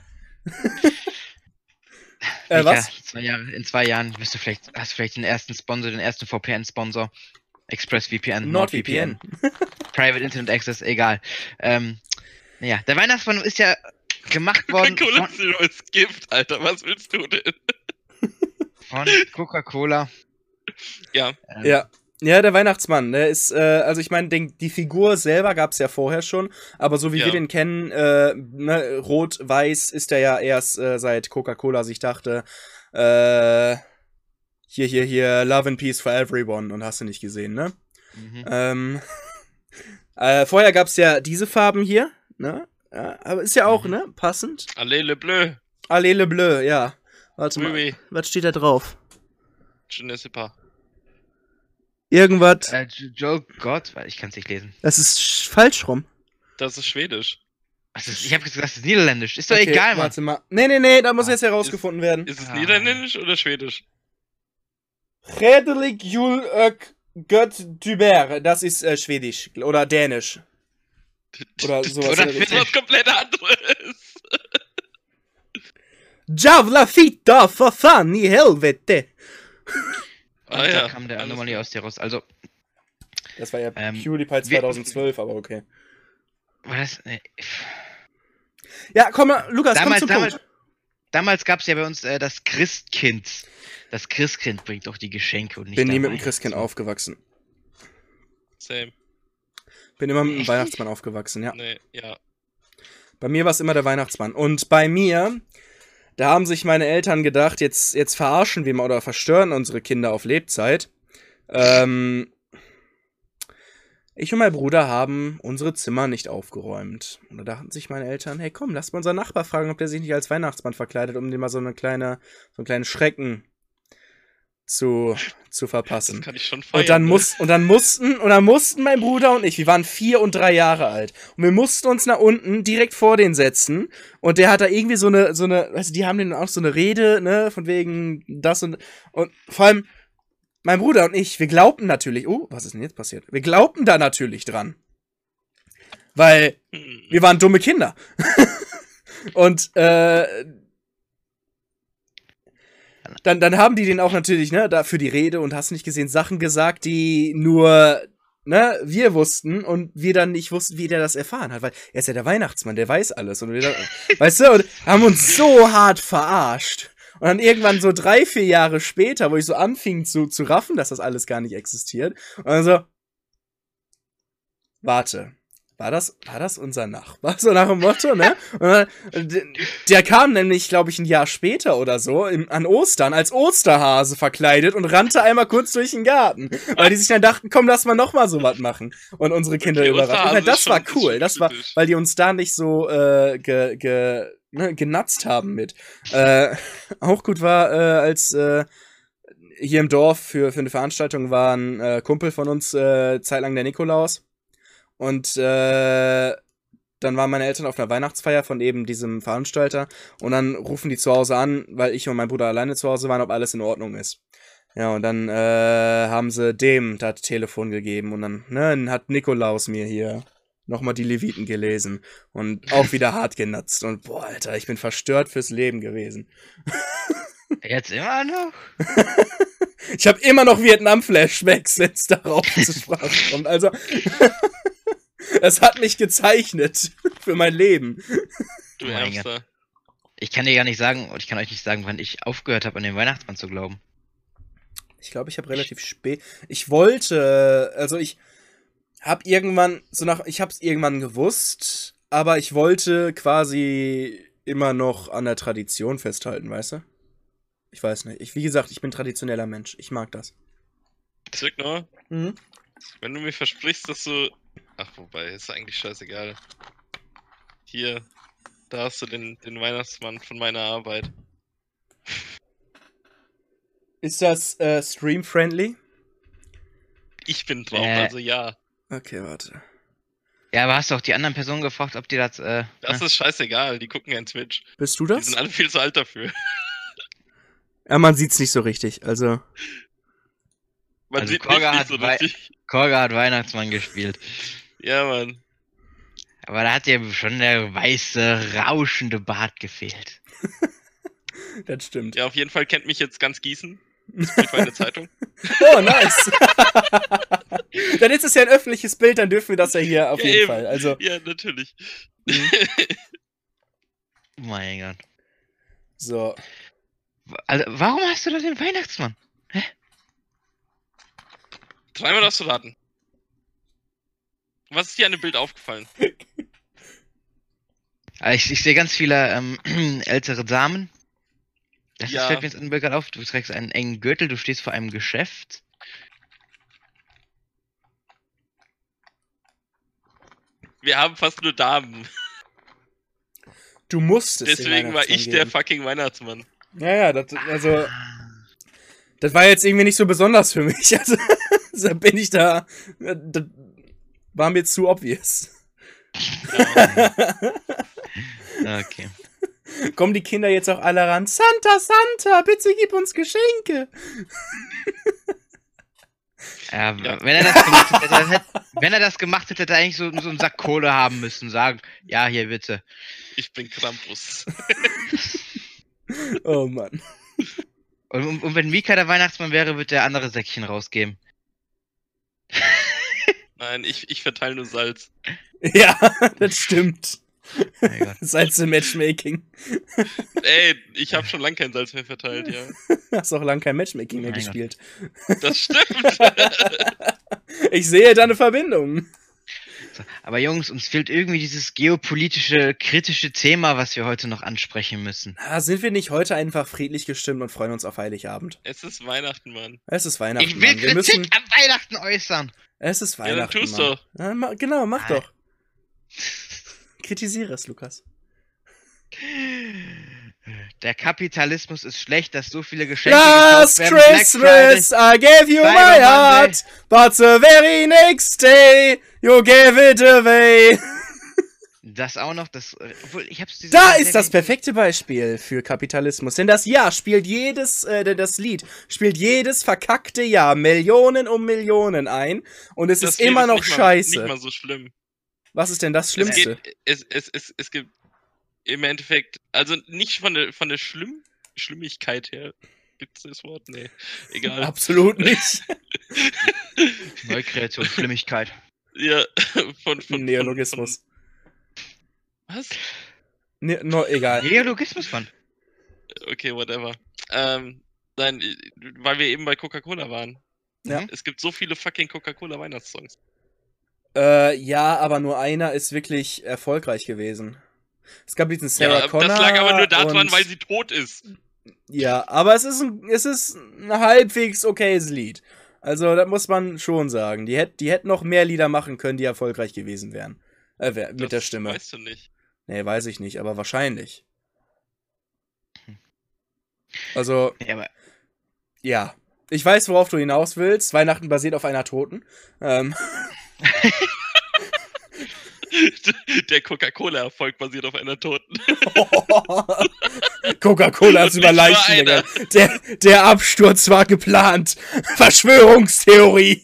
Was? In 2 Jahren hast du vielleicht den ersten Sponsor, den ersten VPN-Sponsor. ExpressVPN, NordVPN. Private Internet Access, egal. Naja, der Weihnachtsmann ist ja gemacht worden Coca-Cola Zero ist Gift, Alter. Was willst du denn? von Coca-Cola. Ja. Ja, der Weihnachtsmann, der ist, also ich meine, die Figur selber gab's ja vorher schon, aber so wie wir den kennen, ne, rot-weiß ist der ja erst seit Coca-Cola sich dachte, hier, Love and Peace for Everyone und hast du nicht gesehen, ne? Mhm. Vorher gab's ja diese Farben hier, ne? Ja, aber ist ja auch, ne, passend. Allez le bleu. Allez le bleu, ja. Warte mal, Oui. was steht da drauf? Je ne sais pas. Irgendwas, Joe Gott, weil ich kann es nicht lesen. das ist falsch rum. Das ist Schwedisch. Ich habe gesagt, das ist Niederländisch. Ist doch Okay, egal, Mann. warte mal. Nee, da muss jetzt herausgefunden werden. Ist es Ah. Niederländisch oder Schwedisch? Frederik Julök Göttüber, das ist Schwedisch oder Dänisch. Oder sowas. Oder in der Das ist Richtung. was komplett anderes. Javla fitta, för fan i helvete. Ah, Und ja. da kam der Alles Anomalie gut. aus dir raus. Also, Das war ja PewDiePie wir- 2012, aber okay. war das. Ja, komm mal, Lukas, komm zum Punkt. Damals gab es ja bei uns das Christkind. Das Christkind bringt doch die Geschenke und nicht Bin nie der mit dem Christkind Weihnachtsmann. aufgewachsen. Same. Bin immer mit dem Echt? Weihnachtsmann aufgewachsen, ja. Nee, ja. Bei mir war es immer der Weihnachtsmann. Und bei mir, da haben sich meine Eltern gedacht, jetzt verarschen wir mal oder verstören unsere Kinder auf Lebzeit. Ich und mein Bruder haben unsere Zimmer nicht aufgeräumt. Und da dachten sich meine Eltern, hey komm, lass mal unseren Nachbar fragen, ob der sich nicht als Weihnachtsmann verkleidet, um dem mal so einen kleinen Schrecken zu verpassen. Das kann ich schon feiern. Und dann mussten mein Bruder und ich, wir waren 4 und 3 Jahre alt. Und wir mussten uns nach unten direkt vor den setzen. Und der hat da irgendwie so eine, weißt du, die haben denen auch so eine Rede, ne, von wegen das und vor allem mein Bruder und ich, wir glaubten natürlich, was ist denn jetzt passiert? Wir glaubten da natürlich dran. Weil wir waren dumme Kinder. Und dann haben die den auch natürlich, ne, da für die Rede und hast nicht gesehen, Sachen gesagt, die nur, ne, wir wussten und wir dann nicht wussten, wie der das erfahren hat, weil er ist ja der Weihnachtsmann, der weiß alles und wir, weißt du, und haben uns so hart verarscht. Und dann irgendwann so 3, 4 Jahre später, wo ich so anfing zu raffen, dass das alles gar nicht existiert, und dann so, warte. War das unser Nachbar? So nach dem Motto, ne? Und dann, der kam nämlich, glaube ich, ein Jahr später oder so, an Ostern, als Osterhase verkleidet und rannte einmal kurz durch den Garten. Weil die sich dann dachten, komm, lass mal noch mal so was machen. Und unsere Kinder überraschen. Ich meine, das war cool. Das war, weil die uns da nicht so genatzt haben mit. Auch gut war, als hier im Dorf für eine Veranstaltung war ein Kumpel von uns zeitlang der Nikolaus. Und dann waren meine Eltern auf einer Weihnachtsfeier von eben diesem Veranstalter und dann rufen die zu Hause an, weil ich und mein Bruder alleine zu Hause waren, ob alles in Ordnung ist. Ja, und dann haben sie dem das Telefon gegeben und dann hat Nikolaus mir hier nochmal die Leviten gelesen und auch wieder hart genatzt und boah, Alter, ich bin verstört fürs Leben gewesen. Jetzt immer noch? Ich habe immer noch Vietnam-Flashbacks, wenn es darauf zu Sprache kommt. Also, es hat mich gezeichnet für mein Leben. Du Ärmster. Ich kann dir gar nicht sagen, ich kann euch nicht sagen, wann ich aufgehört habe, an den Weihnachtsmann zu glauben. Ich glaube, ich habe relativ spät. Ich wollte, also ich habe irgendwann, ich habe es irgendwann gewusst, aber ich wollte quasi immer noch an der Tradition festhalten, weißt du? Ich weiß nicht. Wie gesagt, ich bin traditioneller Mensch. Ich mag das. Zwickner, wenn du mir versprichst, dass du... Ach, wobei, ist eigentlich scheißegal. Hier, da hast du den Weihnachtsmann von meiner Arbeit. Ist das stream-friendly? Ich bin drauf, also ja. Okay, warte. Ja, aber hast du auch die anderen Personen gefragt, ob die das... Das ist scheißegal, die gucken ja in Twitch. Bist du das? Die sind alle viel zu alt dafür. Ja, man sieht's nicht so richtig, also... Man Also sieht Korga nicht so richtig. Korga hat Weihnachtsmann gespielt. Ja, Mann. Aber da hat ja schon der weiße, rauschende Bart gefehlt. Das stimmt. Ja, auf jeden Fall kennt mich jetzt ganz Gießen. Das spielt meine Zeitung. Oh, nice. Dann ist es ja ein öffentliches Bild, dann dürfen wir das ja hier auf jeden Fall. Also, ja, natürlich. Oh mein Gott. So. Also, warum hast du da den Weihnachtsmann? Hä? Dreimal darfst du raten. Was ist dir an dem Bild aufgefallen? Ich sehe ganz viele ältere Damen. Das Ja. fällt mir jetzt in Bild auf. Du trägst einen engen Gürtel, du stehst vor einem Geschäft. Wir haben fast nur Damen. Du musstest. Deswegen war ich der fucking Weihnachtsmann. Ja, das war jetzt irgendwie nicht so besonders für mich. Also, da bin ich da. Das war mir zu obvious. Okay. Kommen die Kinder jetzt auch alle ran? Santa, Santa, bitte gib uns Geschenke. Ja. Wenn er das gemacht hätte, hätte er eigentlich so einen Sack Kohle haben müssen. Sagen, ja, hier bitte. Ich bin Krampus. Oh Mann. Und wenn Mika der Weihnachtsmann wäre, wird der andere Säckchen rausgeben. Nein, ich verteile nur Salz. Ja, das stimmt. Mein Gott. Salz im Matchmaking. Ey, ich habe schon lange kein Salz mehr verteilt, ja. Hast auch lange kein Matchmaking mehr Mein gespielt. Das stimmt. Ich sehe da eine Verbindung. So, aber Jungs, uns fehlt irgendwie dieses geopolitische, kritische Thema, was wir heute noch ansprechen müssen. Sind wir nicht heute einfach friedlich gestimmt und freuen uns auf Heiligabend? Es ist Weihnachten, Mann. Es ist Weihnachten. Ich will Mann. Wir Kritik müssen... an Weihnachten äußern. Es ist Ja, dann Weihnachten. tust Mann. doch. Ja, genau, mach Nein. doch. Kritisiere es, Lukas. Der Kapitalismus ist schlecht, dass so viele Geschenke Last gekauft werden. Christmas I gave you Cyber my Monday. heart, but the very next day you gave it away. Das auch noch, obwohl ich hab's dieses Da Jahr ist sehr das wenig- perfekte Beispiel für Kapitalismus. Denn das Jahr spielt das Lied spielt jedes verkackte Jahr Millionen um Millionen ein. Und es Das ist Lied immer noch nicht scheiße. Nicht mal so schlimm. Was ist denn das Es Schlimmste? gibt im Endeffekt, also nicht von der Schlimmigkeit her. Gibt's das Wort? Nee, egal. Absolut nicht. Neukreation, Schlimmigkeit. Ja, von Neologismus. Was? Egal. Neologismus, Mann. Okay, whatever. Nein, weil wir eben bei Coca-Cola waren. Ja. Es gibt so viele fucking Coca-Cola-Weihnachtssongs. Ja, aber nur einer ist wirklich erfolgreich gewesen. Es gab diesen Sarah Connor. Das lag aber nur daran, und- weil sie tot ist. Ja, aber es ist ein halbwegs okayes Lied. Also, das muss man schon sagen. Die hätten noch mehr Lieder machen können, die erfolgreich gewesen wären. Mit der Stimme. Weißt du nicht. Nee, weiß ich nicht, aber wahrscheinlich. Also, Ja, aber ja. Ich weiß, worauf du hinaus willst. Weihnachten basiert auf einer Toten. Der Coca-Cola-Erfolg basiert auf einer Toten. Coca-Cola ist über Nicht Leichen, nur Digga. Der Absturz war geplant. Verschwörungstheorie.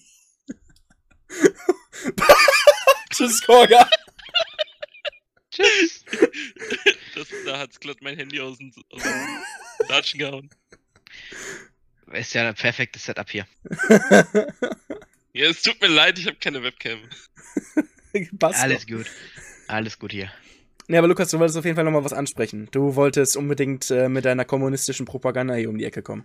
Tschüss, Korga. tschüss. Da hat's glatt mein Handy aus dem Latschen gehauen. Ist ja ein perfektes Setup hier. Ja, es tut mir leid, ich habe keine Webcam. Passt Alles doch. gut. Alles gut hier. Nee, aber Lukas, du wolltest auf jeden Fall nochmal was ansprechen. Du wolltest unbedingt mit deiner kommunistischen Propaganda hier um die Ecke kommen.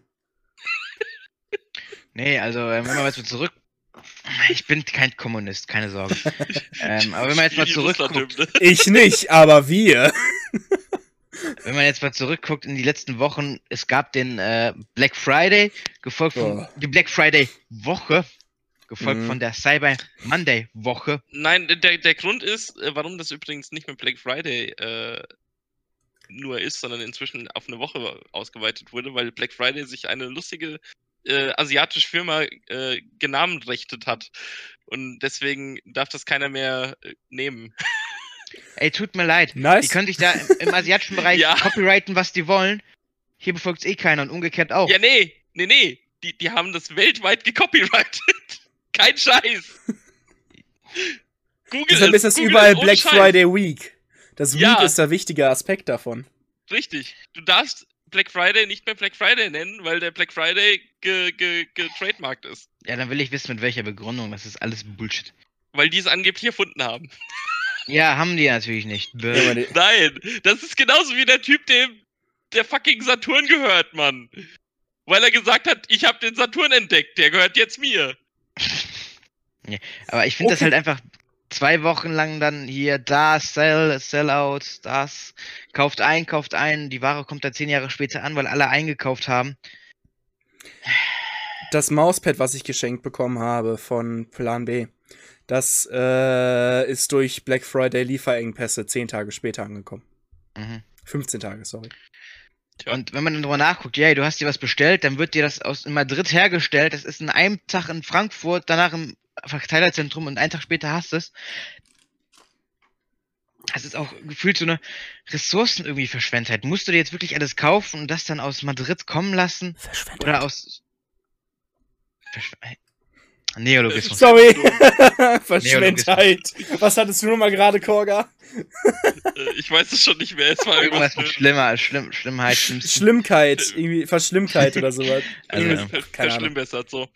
Nee, also, wenn wir jetzt mal zurück. Ich bin kein Kommunist, keine Sorge. Aber wenn man jetzt mal Die zurückguckt, Russland-Hymne. Ich nicht, aber wir. wenn man jetzt mal zurückguckt in die letzten Wochen, es gab den Black Friday, gefolgt von die Black Friday Woche, gefolgt von der Cyber Monday Woche. Nein, der Grund ist, warum das übrigens nicht mehr Black Friday nur ist, sondern inzwischen auf eine Woche ausgeweitet wurde, weil Black Friday sich eine lustige asiatische Firma genamenrechtet hat. Und deswegen darf das keiner mehr nehmen. Ey, tut mir leid. Nice. Die können sich da im asiatischen Bereich Ja. copyrighten, was die wollen. Hier befolgt es eh keiner und umgekehrt auch. Ja, nee. Die haben das weltweit gecopyrightet. Kein Scheiß. Google Deshalb ist das Google überall ohne Black Scheiß. Friday Week. Das Ja. Week ist der wichtige Aspekt davon. Richtig. Du darfst Black Friday nicht mehr Black Friday nennen, weil der Black Friday getrademarkt ist. Ja, dann will ich wissen, mit welcher Begründung. Das ist alles Bullshit. Weil die es angeblich erfunden haben. Ja, haben die natürlich nicht. Bäh. Ja, aber Nein, das ist genauso wie der Typ, dem der fucking Saturn gehört, Mann. Weil er gesagt hat, ich habe den Saturn entdeckt, der gehört jetzt mir. Aber ich finde das Okay. halt einfach 2 Wochen lang dann hier Sellout, das, kauft ein, die Ware kommt dann 10 Jahre später an, weil alle eingekauft haben. Das Mauspad, was ich geschenkt bekommen habe von Plan B, das ist durch Black Friday Lieferengpässe 10 Tage später angekommen. Mhm. 15 Tage, sorry. Tja. Und wenn man dann drüber nachguckt, ja, du hast dir was bestellt, dann wird dir das in Madrid hergestellt, das ist in einem Tag in Frankfurt, danach im Verteilerzentrum und einen Tag später hast du es. Das ist auch gefühlt so eine Ressourcen irgendwie Verschwendheit. Musst du dir jetzt wirklich alles kaufen und das dann aus Madrid kommen lassen? Verschwendet. Oder aus Neologismus. Sorry. Verschwendheit. Was hattest du nochmal gerade, Korga? Ich weiß es schon nicht mehr. Es war Irgendwas mit irgendwas Schlimmheit, Schlimmsten. Schlimmkeit. Irgendwie Verschlimmkeit oder sowas. Also, Keine Ahnung. verschlimmbessert so.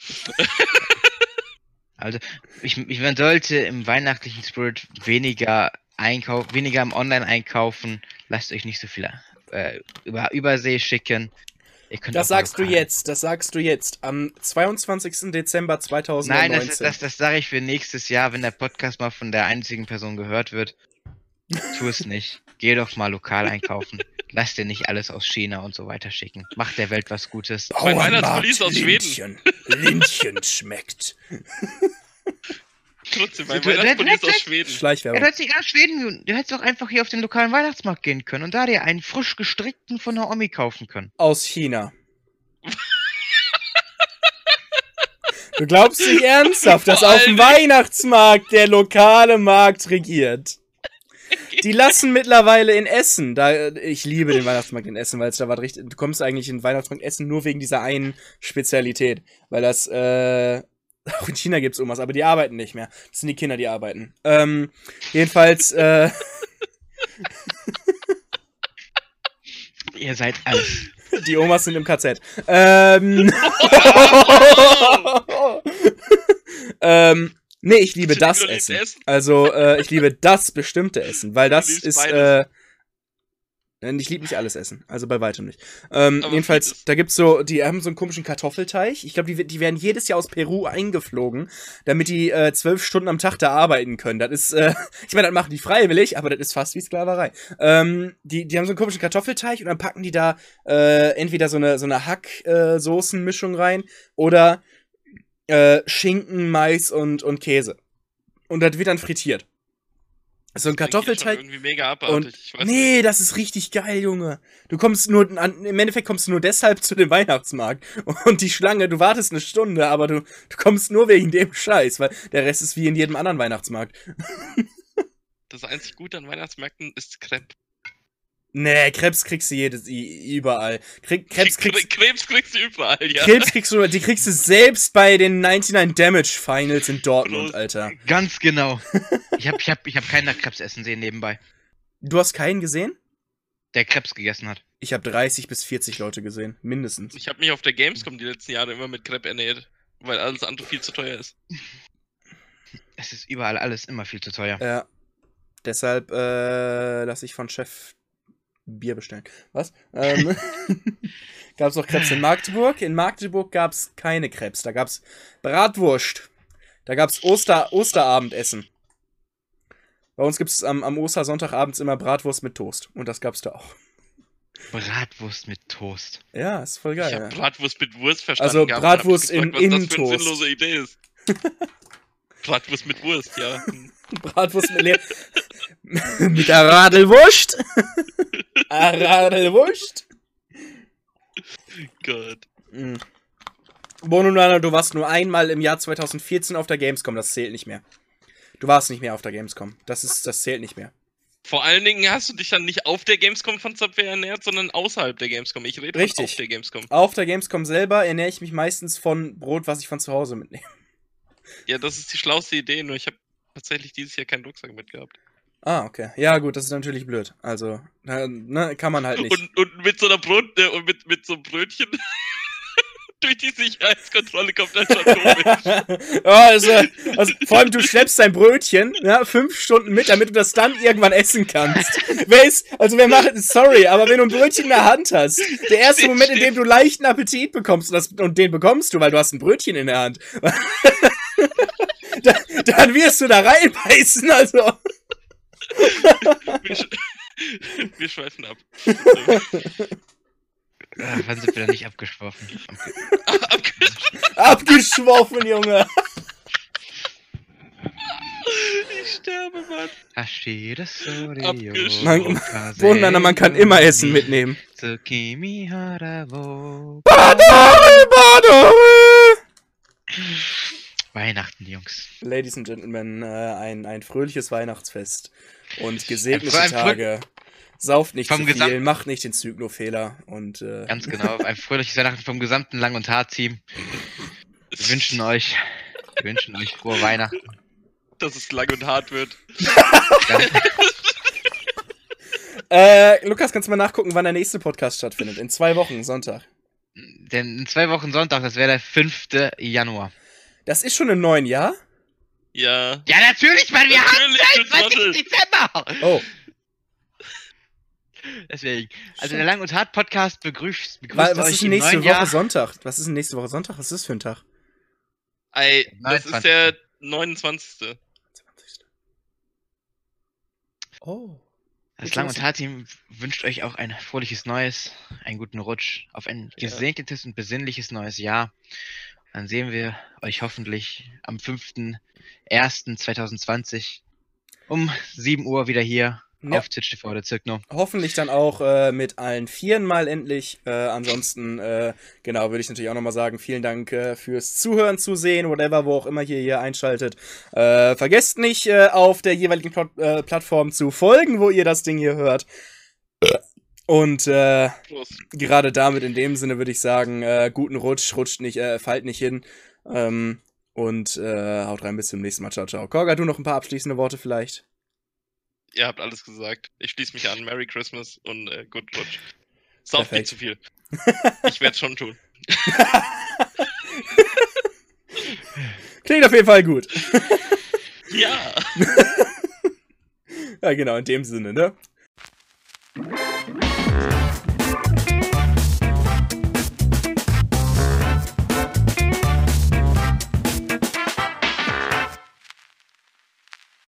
Also, man sollte im weihnachtlichen Spirit weniger im Online einkaufen. Lasst euch nicht so viel über Übersee schicken. Ihr könnt Das auch mal sagst du lokal- jetzt. Das sagst du jetzt. Am 22. Dezember 2019. Nein, das sage ich für nächstes Jahr, wenn der Podcast mal von der einzigen Person gehört wird. Tu es nicht. Geh doch mal lokal einkaufen. Lass dir nicht alles aus China und so weiter schicken. Mach der Welt was Gutes. Mein Weihnachtspulli ist aus Lindchen. Lindchen schmeckt. Trotzdem, mein Du Weihnachtspulli ist aus hättest- Schweden. Ja, Schleichwerbung. du hättest nicht aus Schweden, du hättest doch einfach hier auf den lokalen Weihnachtsmarkt gehen können und da dir einen frisch gestrickten von der Omi kaufen können. Aus China. Du glaubst nicht ernsthaft, dass Vor auf dem allen Weihnachtsmarkt der lokale Markt regiert. Die lassen mittlerweile in Essen, ich liebe den Weihnachtsmarkt in Essen, weil es da was richtig, du kommst eigentlich in den Weihnachtsmarkt Essen nur wegen dieser einen Spezialität, weil das, auch in China gibt's irgendwas, aber die arbeiten nicht mehr. Das sind die Kinder, die arbeiten. Jedenfalls, Ihr seid alles. Die Omas sind im KZ. Nee, ich liebe das Du liebst Essen. Essen? Also, ich liebe das bestimmte Essen, weil das liebst ist, beides. ich liebe nicht alles Essen, also bei weitem nicht. Aber Jedenfalls, vieles. da gibt's die haben so einen komischen Kartoffelteig. Ich glaube, die werden jedes Jahr aus Peru eingeflogen, damit die 12 Stunden am Tag da arbeiten können. Das ist, ich meine, das machen die freiwillig, aber das ist fast wie Sklaverei. Die haben so einen komischen Kartoffelteig und dann packen die da entweder so eine Hack-Soßenmischung rein oder Schinken, Mais und Käse. Und das wird dann frittiert. So ein Das klingt jetzt schon Kartoffelteig. irgendwie mega abartig. Und Ich weiß nee, nicht. das ist richtig geil, Junge. Im Endeffekt kommst du nur deshalb zu dem Weihnachtsmarkt. Und die Schlange, du wartest eine Stunde, aber du kommst nur wegen dem Scheiß, weil der Rest ist wie in jedem anderen Weihnachtsmarkt. Das einzig Gute an Weihnachtsmärkten ist Crepe. Nee, Krebs kriegst du überall. Krebs kriegst du überall, ja. Krebs die kriegst du selbst bei den 99 Damage Finals in Dortmund, Prost. Alter. Ganz genau. Ich hab keinen nach Krebs essen sehen nebenbei. Du hast keinen gesehen? Der Krebs gegessen hat. Ich habe 30 bis 40 Leute gesehen, mindestens. Ich habe mich auf der Gamescom die letzten Jahre immer mit Crepe ernährt, weil alles andere viel zu teuer ist. Es ist überall alles immer viel zu teuer. Ja. Deshalb lasse ich von Chef Bier bestellen. Was? Gab's noch Krebs in Magdeburg? In Magdeburg gab's keine Krebs. Da gab's Bratwurst. Da gab's Osterabendessen. Bei uns gibt's am Ostersonntag abends immer Bratwurst mit Toast. Und das gab's da auch. Bratwurst mit Toast. Ja, ist voll geil. Ich habe Ja. Bratwurst mit Wurst verstanden. Also gehabt, Bratwurst und hab mich in gefragt, was das für eine Toast. sinnlose Idee ist. Bratwurst mit Wurst, ja. Bratwurst mit der Radelwurst. Radelwurst. Gott. Bonunana, du warst nur einmal im Jahr 2014 auf der Gamescom, das zählt nicht mehr. Du warst nicht mehr auf der Gamescom. Das zählt nicht mehr. Vor allen Dingen hast du dich dann nicht auf der Gamescom von Subway ernährt, sondern außerhalb der Gamescom. Ich rede von auf der Gamescom. Auf der Gamescom selber ernähre ich mich meistens von Brot, was ich von zu Hause mitnehme. Ja, das ist die schlauste Idee, nur ich habe tatsächlich dieses Jahr keinen Rucksack mitgehabt. Ah, okay. Ja, gut, das ist natürlich blöd. Also, ne, kann man halt nicht. Und mit so einer mit so einem Brötchen durch die Sicherheitskontrolle kommt dann schon komisch. also, vor allem, du schleppst dein Brötchen, ja, 5 Stunden mit, damit du das dann irgendwann essen kannst. Wer macht, sorry, aber wenn du ein Brötchen in der Hand hast, der erste Moment, in dem du leichten Appetit bekommst, und den bekommst du, weil du hast ein Brötchen in der Hand, dann wirst du da reinbeißen, also. Wir schweifen ab. Wann sind wir da nicht abgeschworfen? Abgeschworfen, Junge. Ich sterbe, Mann. Man kann immer Essen mitnehmen. Weihnachten, Jungs. Ladies and Gentlemen, ein fröhliches Weihnachtsfest und gesegnete Ein Tage. Sauft nicht zu viel, Gesamt- macht nicht den Zyklofehler und Ganz genau. Ein fröhliches Weihnachten vom gesamten Lang- und Hart-Team. Wir wünschen euch frohe Weihnachten. Dass es lang und hart wird. Lukas, kannst du mal nachgucken, wann der nächste Podcast stattfindet? In 2 Wochen, Sonntag. Denn in 2 Wochen Sonntag, das wäre der 5. Januar. Das ist schon im neuen Jahr? Ja. Ja, natürlich, Mann, wir haben Natürlich, Zeit, du 20. Dezember! Oh. Deswegen. Also der Lang- und Hart-Podcast begrüßt Was euch ist im nächste neuen Woche Jahr. Sonntag? Was ist denn nächste Woche Sonntag? Was ist das für ein Tag? Ey, das 29.. ist der 29. Oh. Das Lang- und Hart-Team wünscht euch auch ein fröhliches Neues, einen guten Rutsch, auf ein gesegnetes und besinnliches neues Jahr. Dann sehen wir euch hoffentlich am 5.1.2020 um 7 Uhr wieder hier auf Twitch TV oder Zirkno. Hoffentlich dann auch mit allen 4 mal endlich. Ansonsten, genau, würde ich natürlich auch nochmal sagen, vielen Dank fürs Zuhören, Zusehen, whatever, wo auch immer ihr einschaltet. Vergesst nicht, auf der jeweiligen Plattform zu folgen, wo ihr das Ding hier hört. Und gerade damit in dem Sinne würde ich sagen, guten Rutsch, rutscht nicht, fallt nicht hin. Und haut rein, bis zum nächsten Mal. Ciao, ciao. Korga, du noch ein paar abschließende Worte vielleicht? Ihr habt alles gesagt. Ich schließe mich an. Merry Christmas und guten Rutsch. Sauf Perfekt. nicht zu viel. Ich werde es schon tun. Klingt auf jeden Fall gut. Ja. Ja, genau, in dem Sinne, ne?